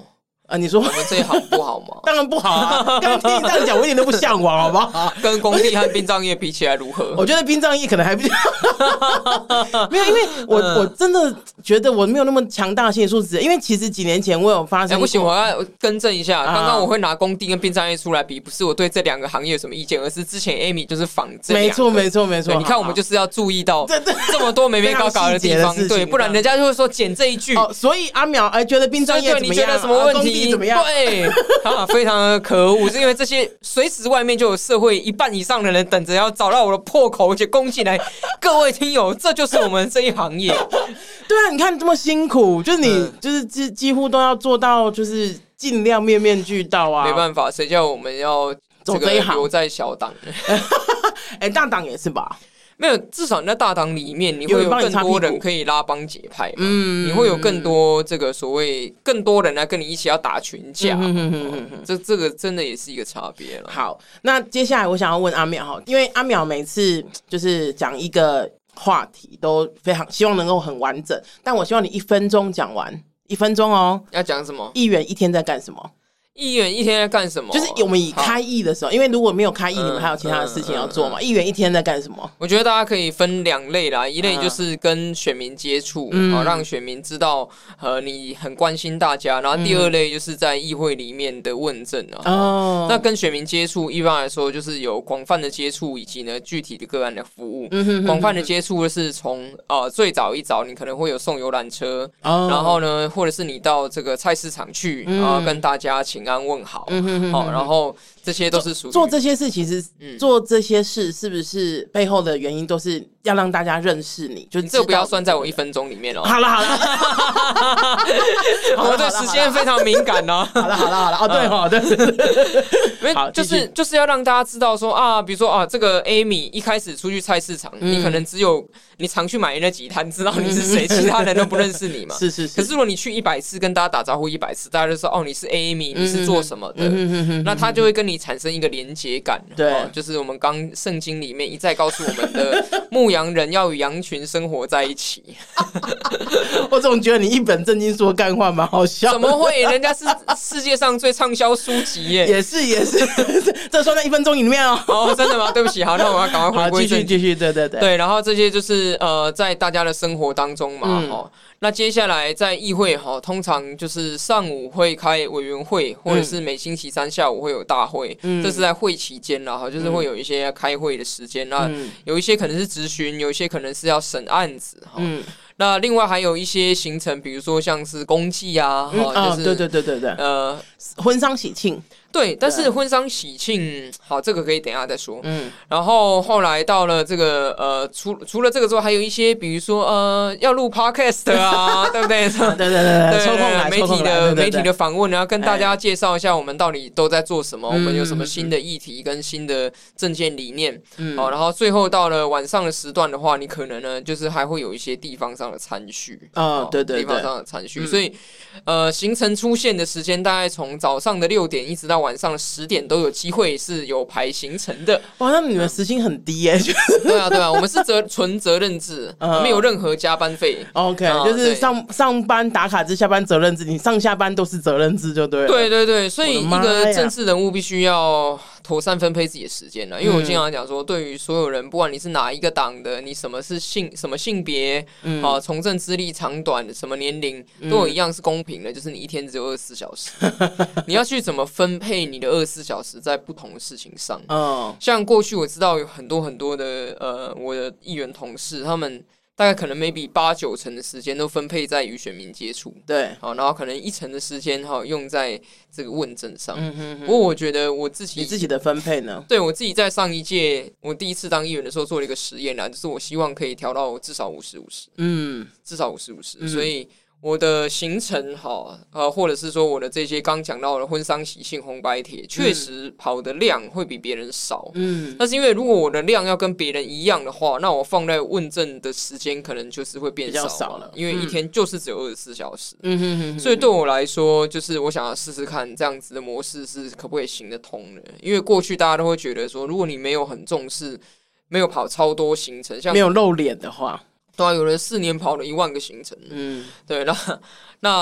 啊，你说我们这一行不好吗？ 当然不好啊！刚刚听你这样讲，我一点都不向往，好不好？ 跟工地和殡葬业比起来如何？ 我觉得殡葬业可能还比较没有，因为我、嗯、我真的觉得我没有那么强大的心理素质。因为其实几年前我有发生、欸， 不行，我要更正一下，刚刚、啊、我会拿工地跟殡葬业出来比，不是我对这两个行业有什么意见，而是之前 Amy 就是仿这两个， 没错没错没错。 你看，我们就是要注意到这么多眉眉角角的地方，对，不然人家就会说剪这一句。 哦、所以阿苗哎，觉得殡葬业怎么样？ 你觉得什么问题？ 啊、怎么样？ 对，啊，非常的可恶，是因为这些随时外面就有社会一半以上的人等着要找到我的破口，而且攻进来。各位听友，这就是我们这一行业。 对啊，你看这么辛苦，就是你、嗯、就是几几乎都要做到，就是尽量面面俱到啊。 没办法，谁叫我们要这个留在小党？ 哎、欸，大党也是吧？ 没有，至少你在大党里面，你会有更多人可以拉帮结派嘛，嗯，你会有更多这个所谓更多人来跟你一起要打群架，嗯哼哼哼哼，这这个真的也是一个差别了。 好，那接下来我想要问阿淼哈，因为阿淼每次就是讲一个话题都非常希望能够很完整，但我希望你一分钟讲完，一分钟哦。 要讲什么？ 议员一天在干什么？ 议员一天在干什么？ 就是我们以开议的时候，因为如果没有开议，嗯、你们还有其他的事情要做嘛？议员、嗯嗯、一天在干什么？ 我觉得大家可以分两类啦，一类就是跟选民接触，嗯哦、让选民知道呃你很关心大家，然后第二类就是在议会里面的问政啊。哦，那跟选民接触一般来说就是有广泛的接触，以及呢具体的个案的服务。嗯、哼哼哼广泛的接触是从呃最早一早你可能会有送游览车，哦、然后呢或者是你到这个菜市场去啊、嗯、跟大家请安问好，嗯、哼哼哼好，然后这些都是属于做这些事，其实、嗯、做这些事是不是背后的原因都是要让大家认识你？就你这个不要算在我一分钟里面哦。 好了好了， 我对时间非常敏感哦。 好了好了好了，哦对哦对， 好，就是就是要让大家知道说啊，比如说啊，这个 Amy 一开始出去菜市场，嗯、你可能只有你常去买那几摊知道你是谁，其他人都不认识你嘛。 是是是。 可是如果你去一百次跟大家打招呼一百次，大家就说哦你是 Amy，、嗯、你是做什么的？嗯、那他就会跟你产生一个连结感。 对、 哦，就是我们刚圣经里面一再告诉我们的牧羊人要与羊群生活在一起。 我总觉得你一本正经说干话蛮好笑的。 怎么会？人家是世界上最畅销书籍耶。 也是也是，这算在一分钟里面哦。 哦，真的吗？对不起，好，那我要赶快回归正题。 继续继续，对对对对。然后这些就是呃，在大家的生活当中嘛，哈、嗯哦。那接下来在议会哈、哦，通常就是上午会开委员会，或者是每星期三下午会有大会，嗯、这是在会期间啦，哈，就是会有一些开会的时间。那、嗯、有一些可能是质询，有一些可能是要审案子哈。嗯那另外还有一些行程，比如说像是公祭啊， 嗯哦、就是、 哦、对对对对对，呃，婚丧喜庆， 对，但是婚丧喜庆，好，这个可以等一下再说。嗯，然后后来到了这个呃，除除了这个之外，还有一些，比如说呃，要录 podcast 啊，对不对？对对对对，抽空来， 媒体的媒体的访问，然后跟大家介绍一下我们到底都在做什么，我们有什么新的议题跟新的政见理念。嗯，好，然后最后到了晚上的时段的话，你可能呢，就是还会有一些地方上的参叙啊，对对对， 地方上的参叙，所以呃，行程出现的时间大概从早上的六点一直到晚上十点都有机会是有排行程的。 哇，那你们时薪很低耶、欸！ 对啊，对啊，我们是责纯责任制，没有任何加班费。 OK，、嗯、就是上上班打卡制，下班责任制，你上下班都是责任制就对了。 对对对，所以一个政治人物必须要妥善分配自己的时间了。因为我经常讲说，对于所有人，不管你是哪一个党的，你什么是性什么性别，嗯、啊，从政资历长短，什么年龄，都有一样是公平的，就是你一天只有二十四小时，你要去怎么分配你的二十四小时在不同的事情上。嗯，像过去我知道有很多很多的呃，我的议员同事，他们大概可能 maybe 八九成的时间都分配在与选民接触， 对， 好，然后可能一成的时间哈用在这个问政上。嗯哼哼。不过我觉得我自己你自己的分配呢？ 对，我自己在上一届我第一次当议员的时候做了一个实验啦，就是我希望可以调到至少五十五十，嗯，至少五十五十，所以。我的行程哈，呃，或者是说我的这些刚讲到的婚丧喜庆红白帖，确实跑的量会比别人少。嗯，但是因为如果我的量要跟别人一样的话，那我放在问政的时间可能就是会变少， 少了， 因为一天就是只有二十四小时。嗯哼哼哼。所以对我来说，就是我想要试试看这样子的模式是可不可以行得通的。因为过去大家都会觉得说，如果你没有很重视，没有跑超多行程，像没有露脸的话。 对啊，有人四年跑了一万个行程，嗯，对，那那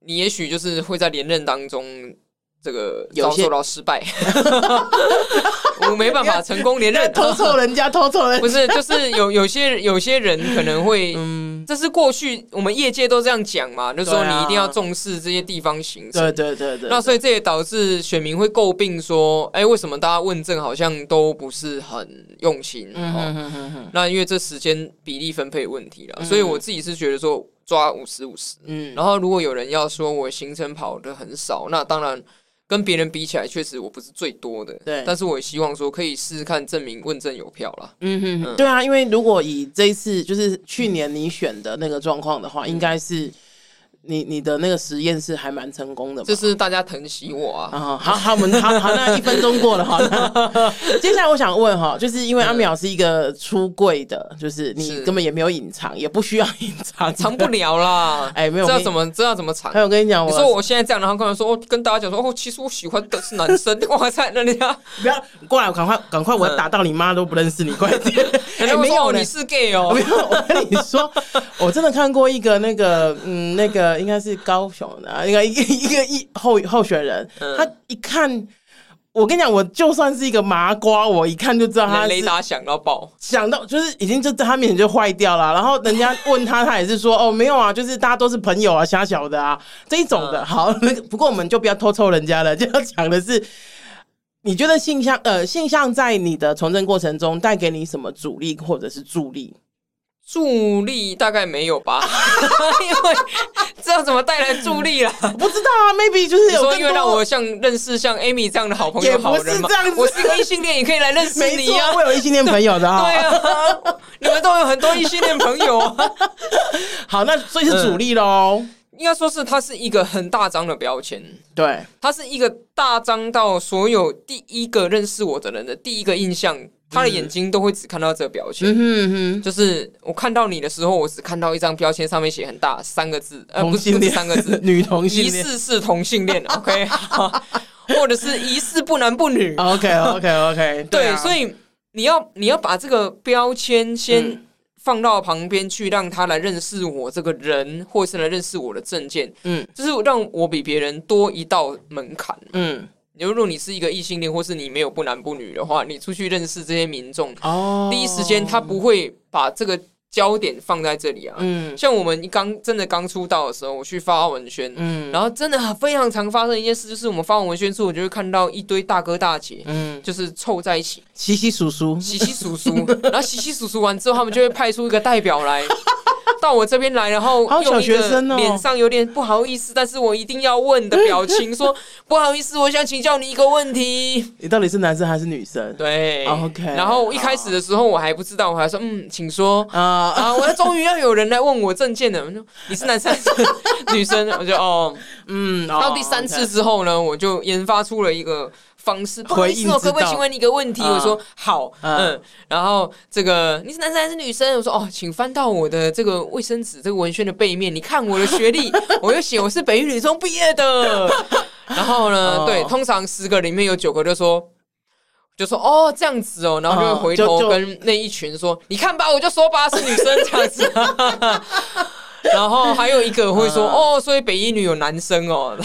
你也许就是会在连任当中这个遭受到失败，我没办法成功连任， 偷凑人家，偷凑人家， 不是，就是有有些有些人可能会，嗯，这是过去我们业界都这样讲嘛，就是说你一定要重视这些地方行程， 对对对 对, 对。 那所以这也导致选民会诟病说，哎、欸，为什么大家问政好像都不是很用心？嗯哼哼哼哼，那因为这时间比例分配问题了，嗯、所以我自己是觉得说抓五十五十，嗯，然后如果有人要说我行程跑得很少，那当然。跟别人比起来，确实我不是最多的，对。但是我也希望说可以试试看证明问政有票啦。 嗯哼，嗯对啊，因为如果以这一次就是去年你选的那个状况的话，嗯、应该是你你的那个实验是还蛮成功的嘛， 就是大家疼惜我啊。 啊好好，我们好好，那一分钟过了，好了。接下来我想问哈，就是因为阿苗是一个出柜的，就是你根本也没有隐藏，也不需要隐藏， 藏不了啦。哎、欸，没有，知道怎么知道怎么藏？ 还有，我跟你讲， 你说我现在这样，然后跟他说，我跟大家讲说，哦，其实我喜欢的是男生。哇塞，那你要不要过来，赶快赶快，我要打到你妈都不认识你，快点！ 哎、欸，没有，你是 gay 哦。 没有，我跟你说，我真的看过一个那个，嗯，那个应该是高。应该一个一个一候候选人、嗯，他一看，我跟你讲，我就算是一个麻瓜，我一看就知道他是雷达响到爆， 想到就是已经就在他面前就坏掉了。然后人家问他，他也是说哦没有啊，就是大家都是朋友啊，瞎小的啊这一种的。嗯、好，那个不过我们就不要偷凑人家了，就要讲的是，你觉得性向呃性向在你的从政过程中带给你什么阻力或者是助力？ 助力大概没有吧，因为知道怎么带来助力啦。 不知道啊 ，maybe 就是有更多。 你说因为让我像认识像 Amy 这样的好朋友、好人嘛，我是一个异性恋，也可以来认识你啊。 我有异性恋朋友的哈。 对啊，你们都有很多异性恋朋友啊。 好，那所以是主力咯、嗯。 应该说是它是一个很大张的标签， 对， 它是一个大张到所有第一个认识我的人的第一个印象。他的眼睛都会只看到这个标签、嗯哼哼，就是我看到你的时候，我只看到一张标签，上面写很大三个字，呃，不是不是三个字， 女同性恋， 疑似是同性恋 ，OK， 或者是疑似不男不女 ，OK OK OK， 对，啊、所以你要你要把这个标签先放到旁边去，让他来认识我这个人，或是来认识我的证件，嗯，就是让我比别人多一道门槛，嗯。如果你是一个异性恋，或是你没有不男不女的话，你出去认识这些民众，哦，第一时间他不会把这个焦点放在这里啊。嗯，像我们刚真的刚出道的时候，我去发文宣，嗯，然后真的非常常发生一件事，就是我们发文宣处，我就会看到一堆大哥大姐，嗯，就是凑在一起， 稀稀疏疏， 稀稀疏疏，然后稀稀疏疏完之后，他们就会派出一个代表来。到我这边来，然后用一个脸上有点不好意思，但是我一定要问的表情说不好意思，我想请教你一个问题。 你到底是男生还是女生？ 对 ，OK。然后一开始的时候我还不知道，我还说嗯，请说啊啊！我终于要有人来问我证件了。我说你是男生还是女生？我就哦嗯。到第三次之后呢，我就研发出了一个。方式，不好意思，我可不可以请问你一个问题？我说好，嗯，然后这个你是男生还是女生？我说哦，请翻到我的这个卫生纸这个文宣的背面，你看我的学历，我就写我是北一女中毕业的。然后呢，对，通常十个里面有九个就说。就说哦这样子哦，然后就会回头跟那一群说，你看吧，我就说吧是女生这样子。然后还有一个会说、嗯、哦，所以北一女有男生哦。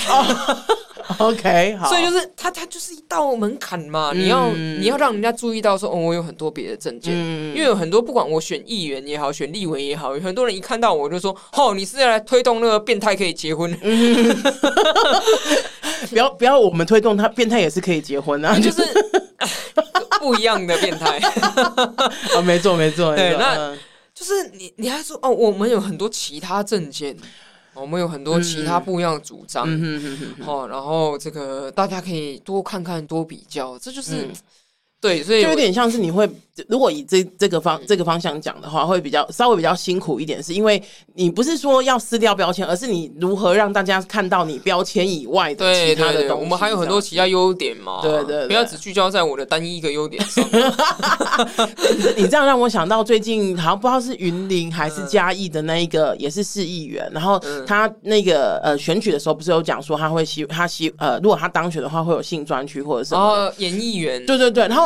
OK， 好， 所以就是它，它就是一道门槛嘛。嗯、你要你要让人家注意到说，哦，我有很多別的证件、嗯，因为有很多不管我选議員也好，選立委也好，有很多人一看到我就說，哦，你是要來推動那個變態可以結婚。嗯、 不要不要，我們推動他變態也是可以結婚啊， 就是不一樣的變態。 啊，沒錯沒錯， 對，那就是你你還說哦，我們有很多其他證件。我們有很多其他不一樣的主張、嗯哦，然後這個大家可以多看看多比較，這就是、嗯、對，所以就有點像是你會如果以這這個方這個方向講的話，會比較稍微比較辛苦一點，是因為你不是說要撕掉標籤，而是你如何讓大家看到你標籤以外的其他的東西。對對對， 我們還有很多其他優點嘛，對對對，不要只聚焦在我的單一一個優點上。 你這樣讓我想到最近好像不知道是雲林還是嘉義的那一個也是市議員，然後他那個呃選舉的時候不是有講說他會希他希呃如果他當選的話會有性專區或者什麼， 哦，演藝員， 對對對，然後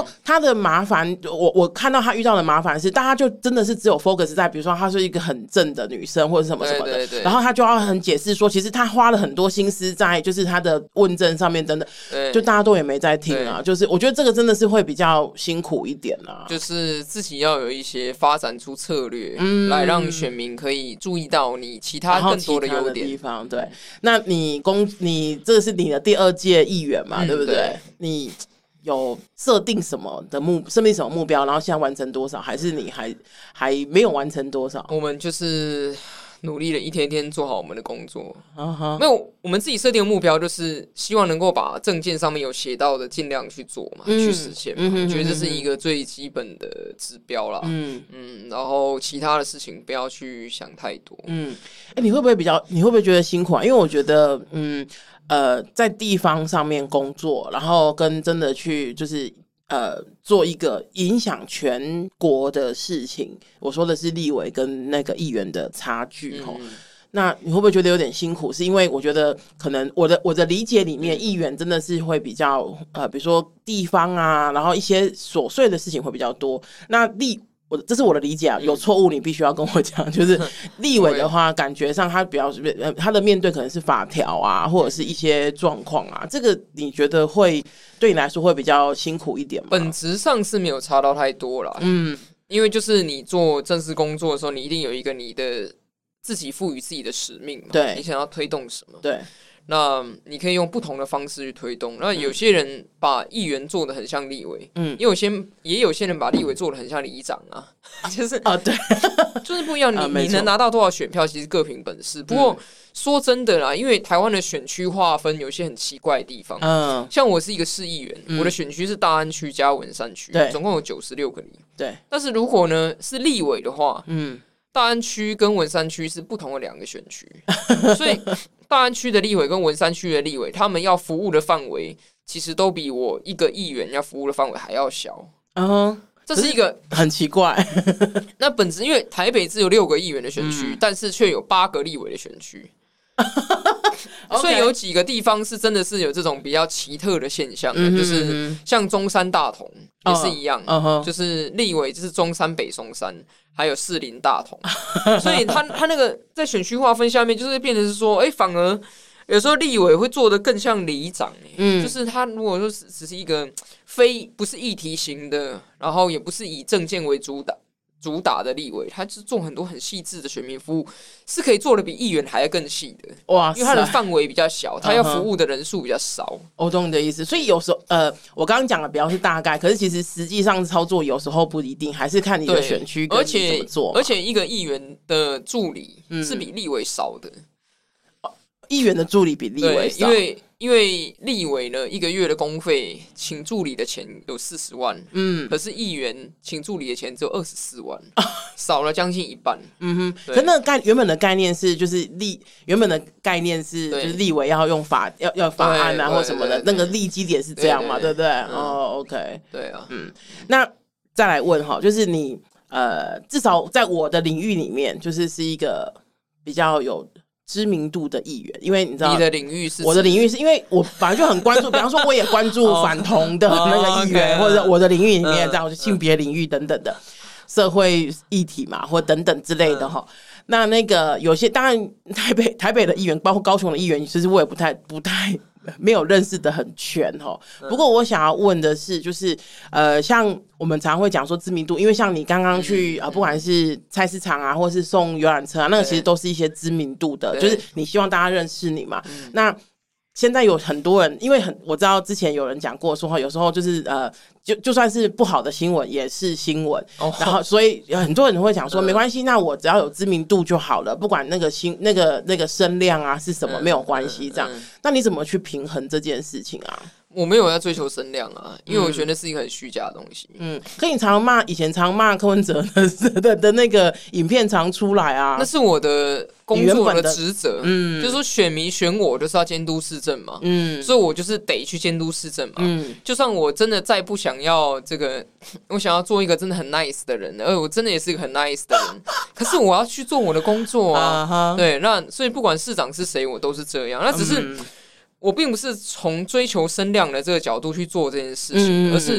后他的麻烦，我我看到他遇到的麻烦是，大家就真的是只有 focus 在，比如说她是一个很正的女生或者什么什么的， 对对对， 然后他就要很解释说，其实他花了很多心思在就是他的问政上面，真的，就大家都也没在听啊。就是我觉得这个真的是会比较辛苦一点啊， 就是自己要有一些发展出策略，嗯，来让选民可以注意到你其他更多的优点地方。对，那你公你这是你的第二届议员嘛，嗯、对不对？对，你有设定什么的目设定什么目标，然后现在完成多少，还是你还还没有完成多少？ 我们就是努力的一天一天做好我们的工作。Uh-huh. 没有，我们自己设定的目标就是希望能够把政见上面有写到的尽量去做嘛，嗯、去实现嘛。嗯、我觉得这是一个最基本的指标啦。嗯嗯，然后其他的事情不要去想太多。 嗯，哎、欸，你会不会比较？你会不会觉得辛苦啊？因为我觉得，嗯呃，在地方上面工作，然后跟真的去就是。呃，做一个影响全国的事情，我说的是立委跟那个议员的差距齁、嗯、那你会不会觉得有点辛苦？是因为我觉得可能我的我的理解里面，议员真的是会比较呃，比如说地方啊，然后一些琐碎的事情会比较多。那立我这是我的理解啊，有错误你必须要跟我讲。就是立委的话，感觉上他比较呃，他的面对可能是法条啊，或者是一些状况啊，这个你觉得会对你来说会比较辛苦一点吗？ 本质上是没有差到太多啦，嗯，因为就是你做正式工作的时候，你一定有一个你的自己赋予自己的使命嘛， 对， 你想要推动什么， 对。 那你可以用不同的方式去推动。那有些人把议员做得很像立委，嗯，也有些也有些人把立委做得很像里长啊，就是啊，对， 就是不一样。你、啊、你能拿到多少选票，其实各凭本事。不过、嗯、说真的啦，因为台湾的选区划分有些很奇怪的地方，嗯，像我是一个市议员，嗯、我的选区是大安区加文山区，总共有九十六个里， 对。 但是如果呢是立委的话，嗯，大安区跟文山区是不同的两个选区，所以。大安区的立委跟文山区的立委，他们要服务的范围其实都比我一个议员要服务的范围还要小。嗯、uh-huh, 这是一个很奇怪。 那本质因为台北只有六个议员的选区、嗯，但是却有八个立委的选区。所以有几个地方是真的是有这种比较奇特的现象的、嗯、就是像中山大同也是一样、uh-huh. 就是立委就是中山北松山还有士林大同所以他他那个在选区划分下面就是变成是说哎、欸，反而有时候立委会做得更像里长、欸嗯、就是他如果说只是一个非不是议题型的，然后也不是以政见为主导主打的立委，他是做很多很细致的选民服务，是可以做的比议员还更细的。哇，因为他的范围比较小，他要服务的人数比较少。 我懂你的意思，所以有时候呃，我刚刚讲的比较是大概，可是其实实际上操作有时候不一定，还是看你的选区跟你怎么做。 而且一个议员的助理是比立委少的。嗯议员的助理比立委少， 因为因为立委呢一个月的公费请助理的钱有四十万，嗯，可是议员请助理的钱只有二十四万，少了将近一半。嗯哼， 可那个概原本的概念是就是立原本的概念是就是立委要用法要要法案啊或什么的，那个立基点是这样嘛，对不对？嗯、哦 ，OK， 对啊， 嗯，那再来问哈，就是你呃，至少在我的领域里面，就是是一个比较有知名度的议员，因为你知道你的领域是我的领域是因为我本来就很关注，比方说我也关注反同的那个议员， oh, okay, 或者我的领域里面这样，性别领域等等的社会议题嘛，或等等之类的哈。那那个有些当然台北台北的议员，包括高雄的议员，其实我也不太不太。没有认识的很全齁，不过我想要问的是，就是呃，像我们常会讲说知名度，因为像你刚刚去啊、呃，不管是菜市场啊，或是送游览车啊，那个其实都是一些知名度的，就是你希望大家认识你嘛。那现在有很多人，因为很我知道之前有人讲过说，有时候就是呃，就就算是不好的新闻也是新闻，哦、然后所以很多人会讲说，没关系，那我只要有知名度就好了，不管那个新那个那个声量啊是什么，没有关系这样。那你怎么去平衡这件事情啊？ 我没有要追求声量啊，因为我觉得是一个很虚假的东西。 嗯，可你常骂以前常骂柯文哲 的, 的, 的那个影片常出来啊， 那是我的工作的职责。嗯，就是说选民选我就是要监督市政嘛。嗯，所以我就是得去监督市政嘛。嗯，就算我真的再不想要这个，我想要做一个真的很 nice 的人，而我真的也是一个很 nice 的人，可是我要去做我的工作啊。Uh-huh. 对，那所以不管市长是谁，我都是这样。那只是。嗯我并不是从追求声量的这个角度去做这件事情，嗯嗯嗯，而是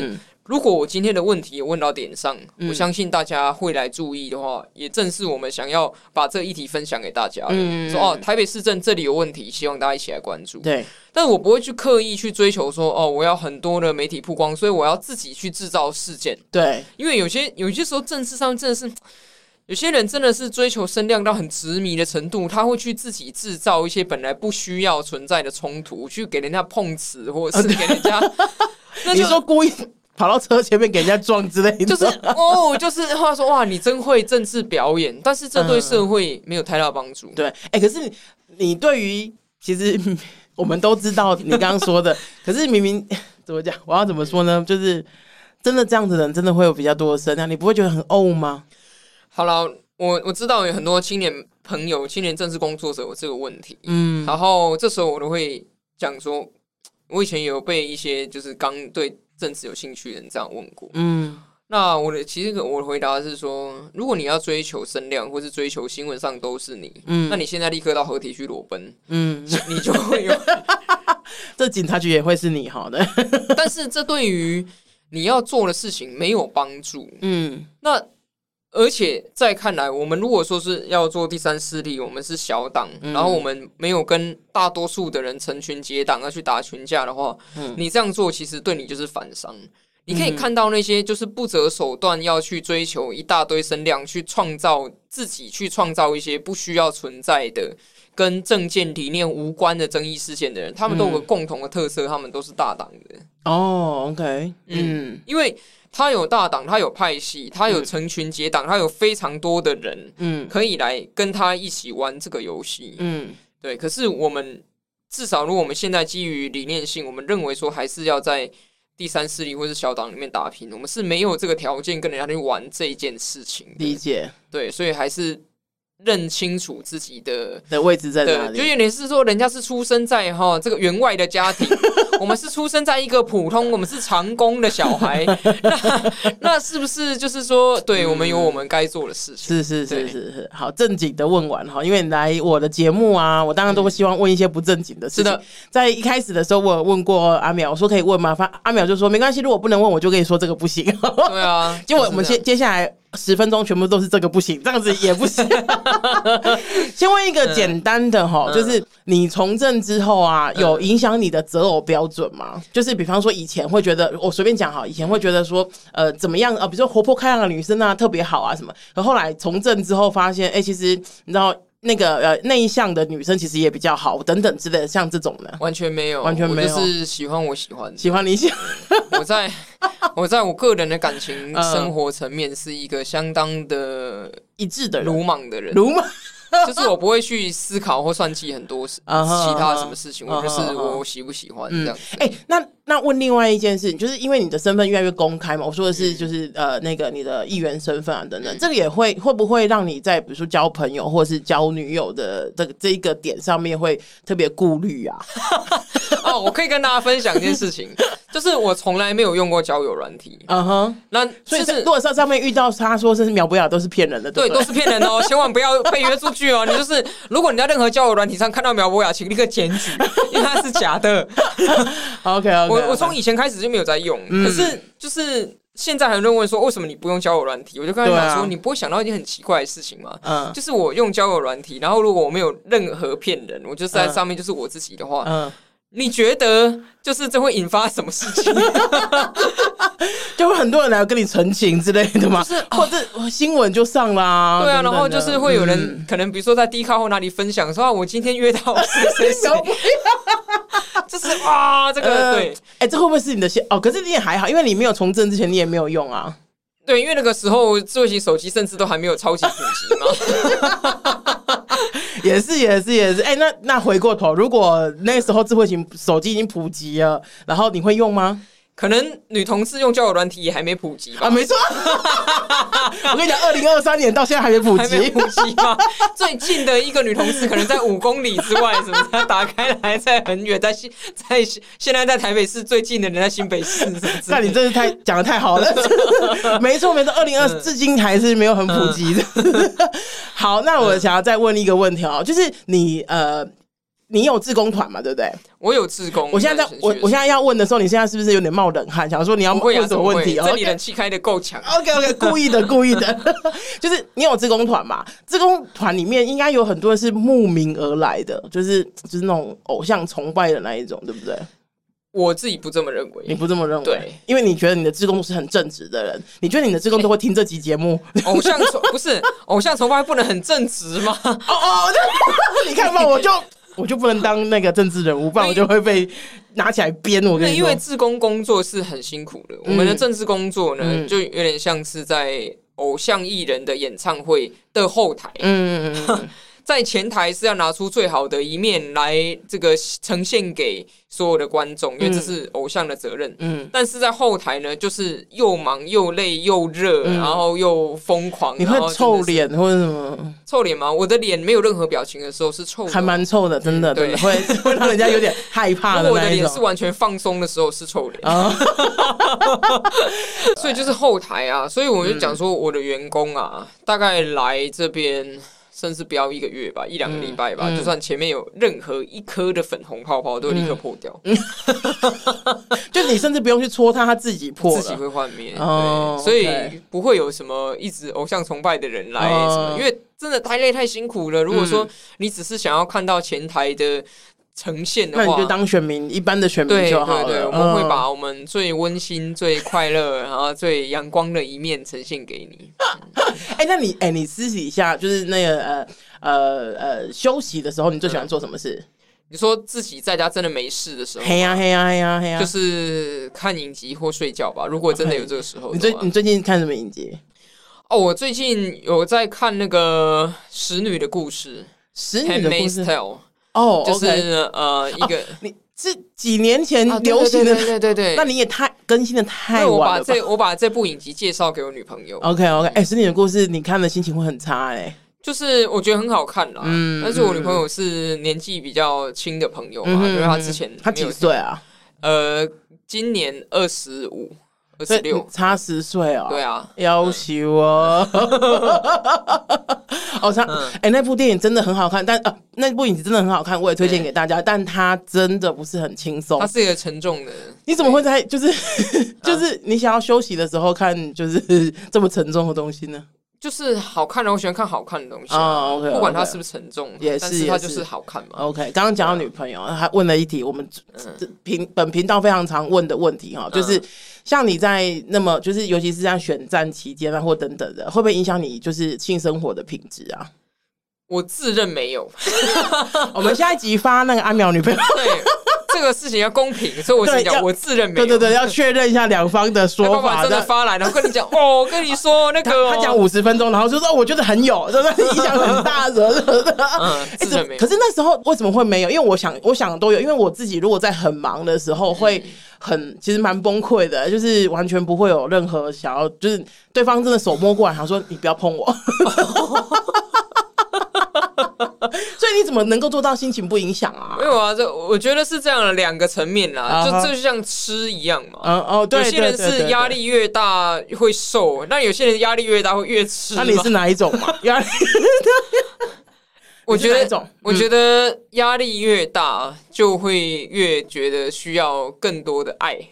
如果我今天的问题有问到点上，嗯、我相信大家会来注意的话，也正是我们想要把这个议题分享给大家。嗯，说哦，台北市政这里有问题，希望大家一起来关注。 对， 但是我不会去刻意去追求说哦，我要很多的媒体曝光，所以我要自己去制造事件。 对， 因为有些有些时候政治上真的是。有些人真的是追求声量到很执迷的程度，他会去自己制造一些本来不需要存在的冲突，去给人家碰瓷，或者是给人家。 那你说故意跑到车前面给人家撞之类的， 就是哦，就是话说哇，你真会政治表演，但是这对社会没有太大帮助。 嗯、对，哎、欸，可是你你对于其实我们都知道你刚刚说的，可是明明怎么讲？我要怎么说呢？就是真的这样子的人，真的会有比较多的声量，你不会觉得很怄吗？ 好了，我我知道有很多青年朋友、青年政治工作者有这个问题，嗯，然后这时候我都会讲说，我以前也有被一些就是刚对政治有兴趣的人这样问过，嗯，那我的其实我的回答是说，如果你要追求声量，或是追求新闻上都是你，嗯，那你现在立刻到合体去裸奔，嗯，你就会有， 这警察局也会是你好的， 但是这对于你要做的事情没有帮助，嗯，那。而且在看来，我们如果说是要做第三势力，我们是小党，嗯、然后我们没有跟大多数的人成群结党要去打群架的话，嗯、你这样做其实对你就是反伤。你可以看到那些就是不择手段要去追求一大堆声量，去创造自己去创造一些不需要存在的跟政见理念无关的争议事件的人，他们都有个共同的特色，他们都是大党的。 哦 ，OK， 嗯，因为。他有大党，他有派系，他有成群结党，嗯、他有非常多的人，嗯，可以来跟他一起玩这个游戏，嗯，对。可是我们至少，如果我们现在基于理念性，我们认为说还是要在第三势力或是小党里面打拼，我们是没有这个条件跟人家去玩这一件事情的。 理解， 对，所以还是认清楚自己的的位置在哪里， 就有点是说，人家是出生在哈这个员外的家庭。我们是出生在一个普通，我们是长工的小孩，那那是不是就是说，对、嗯、我们有我们该做的事情？ 是是是是是，好，正经的问完哈，因为你来我的节目啊，我当然都会希望问一些不正经的事情。是的，在一开始的时候，我有问过阿淼，我说可以问吗？阿淼就说没关系，如果不能问，我就跟你说这个不行。 对啊， 结果我们接接下来。十分钟全部都是这个不行，这样子也不行。先问一个简单的哈，嗯、就是你从政之后啊，嗯、有影响你的择偶标准吗？就是比方说以前会觉得，我随便讲哈，以前会觉得说，呃，怎么样啊？比如说活泼开朗的女生啊，特别好啊什么。可后来从政之后发现，哎、欸，其实你知道。那个呃内向的女生其实也比较好，等等之类的，像这种的完全没有， 完全没有， 我就是喜欢我喜欢的， 喜欢你喜欢。 我在我在我个人的感情生活层面是一个相当的一致的人， 鲁莽的人， 鲁莽。 就是我不会去思考或算计很多其他什么事情， uh huh, 我就是我喜不喜欢这样子。 哎、嗯欸，那那问另外一件事情，就是因为你的身份越来越公开嘛，我说的是就是、嗯、呃那个你的议员身份啊等等，嗯、这个也会会不会让你在比如说交朋友或是交女友的这个这一个点上面会特别顾虑啊？ 哦，我可以跟大家分享一件事情，就是我从来没有用过交友软体。嗯哼、uh， huh, 那所以如果在上面遇到他说这是苗博雅，都是骗人的，对， 对，都是骗人的哦，千万不要被约出去哦。你就是如果你在任何交友软体上看到苗博雅，请立刻检举，因为它是假的。 OK OK， 我我从以前开始就没有在用，嗯、可是就是现在很多人问说为什么你不用交友软体，我就跟他讲说，啊、你不会想到一件很奇怪的事情吗？嗯，就是我用交友软体，然后如果我没有任何骗人，我就在上面就是我自己的话，嗯。你觉得就是这会引发什么事情？ 就会很多人来跟你澄清之类的嘛，就是、或者新闻就上啦。 对啊，然后就是会有人、嗯、可能比如说在 D 卡或哪里分享说、啊、我今天约到谁谁谁，就是哇，这个、呃、对， 哎、欸，这会不会是你的先哦？可是你也还好，因为你没有从政之前，你也没有用啊。 对，因为那个时候智慧型手机甚至都还没有超级普及嘛。 也是也是也是，哎、欸，那那回过头，如果那个时候智慧型手机已经普及了，然后你会用吗？ 可能女同志用交友软体也还没普及吧？ 啊，没错。我跟你讲，二零二三年到现在还没普及， 还没普及吗？最近的一个女同志可能在五公里之外，什么她打开来在很远，在在现在在台北市最近的人在新北市， 那你真是太讲得太好了。没错没错，二零二至今还是没有很普及的。好，那我想要再问一个问题哦，就是你呃。 你有志工团嘛？对不对？ 我有志工。 我现在在我我现在要问的时候，你现在是不是有点冒冷汗？想说你要问什么问题？ 这里冷气开的够强。 OK OK， 故意的故意的，就是你有志工团嘛？志工团里面应该有很多人是慕名而来的，就是就是那种偶像崇拜的那一种，对不对？ 我自己不这么认为。 你不这么认为？ 对， 因为你觉得你的志工都是很正直的人，你觉得你的志工都会听这期节目？ 偶像崇不是偶像崇拜不能很正直吗？哦哦，你看嘛，我就我就不能当那个政治人物，不然我就会被拿起来编。我跟你说， 因为志工工作是很辛苦的，我们的政治工作呢，嗯、就有点像是在偶像艺人的演唱会的后台。嗯嗯嗯。在前台是要拿出最好的一面来这个呈现给所有的观众，因为这是偶像的责任。嗯，但是在后台呢，就是又忙又累又热，嗯、然后又疯狂。 你会臭脸或者什么？ 臭脸吗？我的脸没有任何表情的时候是臭的， 还蛮臭的，真的，嗯、对，会会让人家有点害怕的那一种。 如果我的脸是完全放松的时候是臭脸，哦、所以就是后台啊，所以我就讲说我的员工啊，嗯、大概来这边。甚至不要一个月吧，一两个礼拜吧，嗯、就算前面有任何一颗的粉红泡泡，都会立刻破掉。嗯、 就你甚至不用去戳它，它自己破了， 自己会幻灭。哦、对，所以不会有什么一直偶像崇拜的人来什么，哦、因为真的太累太辛苦了。如果说你只是想要看到前台的呈现的话， 那你就当选民，一般的选民就好了。 对对对，我们会把我们最温馨、最快乐，然后最阳光的一面呈现给你。 哎、欸，那你哎、欸，你私底下就是那个呃呃呃休息的时候，你最喜欢做什么事？嗯、 你说自己在家真的没事的时候， 嘿呀嘿呀嘿呀嘿呀， 就是看影集或睡觉吧。如果真的有这个时候， 你最你最近看什么影集？ 哦，我最近有在看那个《使女的故事》， 使女的故事。 哦，就是、okay. 呃一个、哦， 你是几年前流行的， 啊、对, 对, 对, 对对对， 那你也太更新的太晚了吧。 我把这我把这部影集介绍给我女朋友。 OK OK， 哎、欸，使女的故事，你看的心情会很差哎、欸。 就是我觉得很好看啦，嗯，但是我女朋友是年纪比较轻的朋友嘛，嗯、因为她之前她几岁啊？ 呃，今年二十五。二十六， 差十岁哦。 对啊， 要求啊！哦，差哎、欸，那部电影真的很好看，但啊，那部影集真的很好看，我也推荐给大家。但它真的不是很轻松， 它是一个沉重的。 你怎么会在就是就是你想要休息的时候看就是这么沉重的东西呢？ 就是好看的，我喜欢看好看的东西、啊哦 okay, 不管它是不是沉重， 也是， 但是它就是好看嘛。 OK， 刚刚讲到女朋友，他问了一题我们频本频道非常常问的问题哈，就是像你在那么就是尤其是在选战期间啊或等等的，会不会影响你就是性生活的品质啊？ 我自认没有。 我们下一集发那个阿苗女朋友。 对。这个事情要公平，所以我是讲我自认没有。 对对对，要确认一下两方的说法。 真的发来，然后跟你讲哦，我跟你说那个、哦， 他讲五十分钟，然后就说、哦、我觉得很有，真的影响很大的。 嗯，自认没有。 可是那时候为什么会没有？因为我想，我想都有，因为我自己如果在很忙的时候会很，其实蛮崩溃的，就是完全不会有任何想要，就是对方真的手摸过来，他说你不要碰我。所以你怎么能够做到心情不影响啊？ 没有啊，这我觉得是这样的两个层面啦， uh-huh. 就就像吃一样嘛。 嗯哦，对， 有些人是压力越大会瘦，那有些人压力越大会越吃。 那你是哪一种嘛？压力？ 我觉得，嗯、我觉得压力越大，就会越觉得需要更多的爱。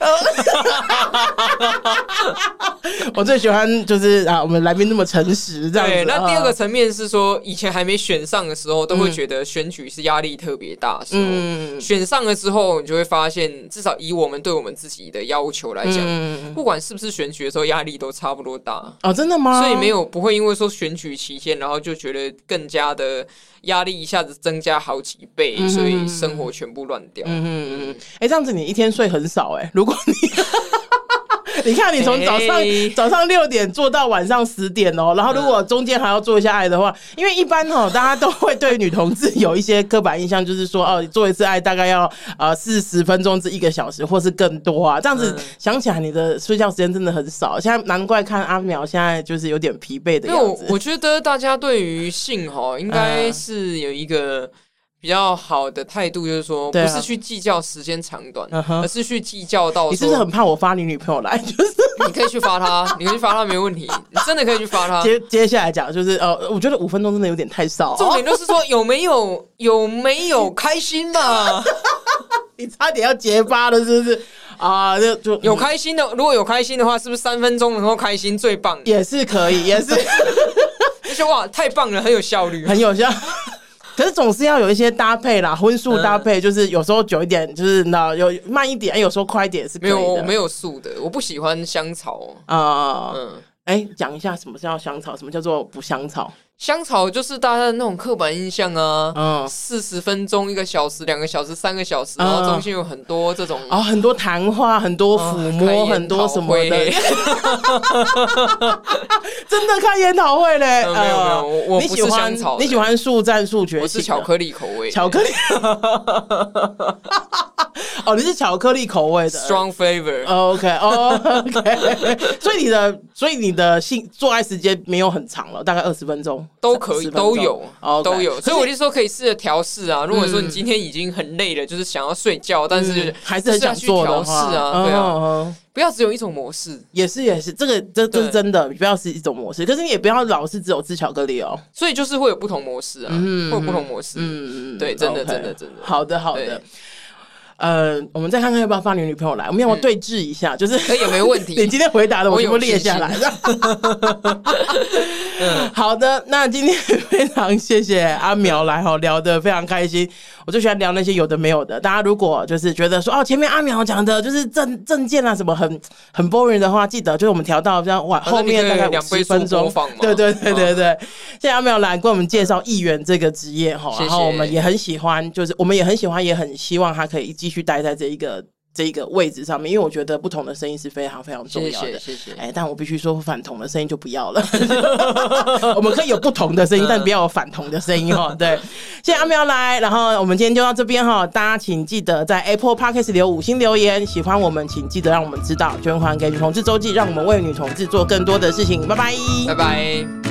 我最喜欢就是啊，我们来宾那么诚实这样子。 对，那第二个层面是说，以前还没选上的时候，都会觉得选举是压力特别大的时候。嗯，选上了之后，你就会发现，至少以我们对我们自己的要求来讲，嗯、不管是不是选举的时候，压力都差不多大。 哦，真的吗？ 所以没有不会因为说选举期间，然后就觉得更加的。压力一下子增加好几倍，嗯、所以生活全部乱掉。嗯嗯嗯，哎、欸，这样子你一天睡很少哎、欸。如果你你看你从早上、欸、早上六点做到晚上十点哦，然后如果中间还要做一下爱的话，因为一般哦大家都会对女同志有一些刻板印象，就是说哦做一次爱大概要呃四十分钟至一个小时或是更多啊。这样子想起来你的睡觉时间真的很少，现在难怪看阿苗现在就是有点疲惫的样子。 因为 我, 我觉得大家对于性哈应该是有一个比较好的态度就是说，啊、不是去计较时间长短，uh huh. 而是去计较到说， 你是不是很怕我发你女朋友来？就是你可以去发她，你可以去发她没问题，你真的可以去发她。 接接下来讲就是呃，我觉得五分钟真的有点太少。 重点就是说有没有有没有开心嘛？ 你差点要结巴了，是不是？啊，就就有开心的，如果有开心的话，是不是三分钟能够开心最棒？ 也是可以，也是。 而且哇，太棒了，很有效率， 很有效。可是总是要有一些搭配啦，荤素搭配，就是有时候久一点，就是那有慢一点，有时候快一点是可以的。 没有，我没有素的，我不喜欢香草啊。呃、嗯，哎，讲一下什么叫香草，什么叫做不香草？ 香草就是大家的那种刻板印象啊，嗯，四十分钟、一个小时、两个小时、三个小时，然后中间有很多这种啊、哦，很多谈话，很多抚摸，哦、很多什么的，真的开研讨会嘞、 呃！没有没有，我我不是香草， 你喜欢速战速决， 我是巧克力口味， 巧克力。哦，你是巧克力口味的 ，strong flavor。 OK， 哦 ，OK。所以你的，所以你的性做爱时间没有很长了，大概二十分钟。 都可以，都有， okay, 都有，所以我就说可以试着调试啊。如果说你今天已经很累了，就是想要睡觉，但是、 嗯、还是很想做的话， 是啊，对啊，嗯、不要只有一种模式。 也是也是，这个这这是真的，不要是一种模式。可是你也不要老是只有吃巧克力哦。 所以就是会有不同模式啊，嗯、会有不同模式。嗯嗯，对，真的 okay, 真的真的。 好的好的。呃，我们再看看要不要发你女朋友来，我们要不要对峙一下？嗯、就是可以，没问题。 你今天回答的我全部列下来。嗯、好的，那今天非常谢谢阿苗来哈，聊得非常开心。我最喜欢聊那些有的没有的。大家如果就是觉得说哦，前面阿苗讲的就是证证件啊什么很很 boring 的话，记得就是我们调到这样晚后面大概五十分钟。对对对对对，谢谢阿苗来跟我们介绍议员这个职业哈，然后我们也很喜欢，就是我们也很喜欢，也很希望他可以继续待在这一个。这一个位置上面，因为我觉得不同的声音是非常非常重要的。 谢谢谢谢。 哎，但我必须说，反同的声音就不要了。我们可以有不同的声音，但不要有反同的声音哈。对，谢谢阿苗来，然后我们今天就到这边哈。大家请记得在 Apple Podcast 留五星留言，喜欢我们请记得让我们知道，捐款给女同志周记，让我们为女同志做更多的事情。拜拜， 拜拜。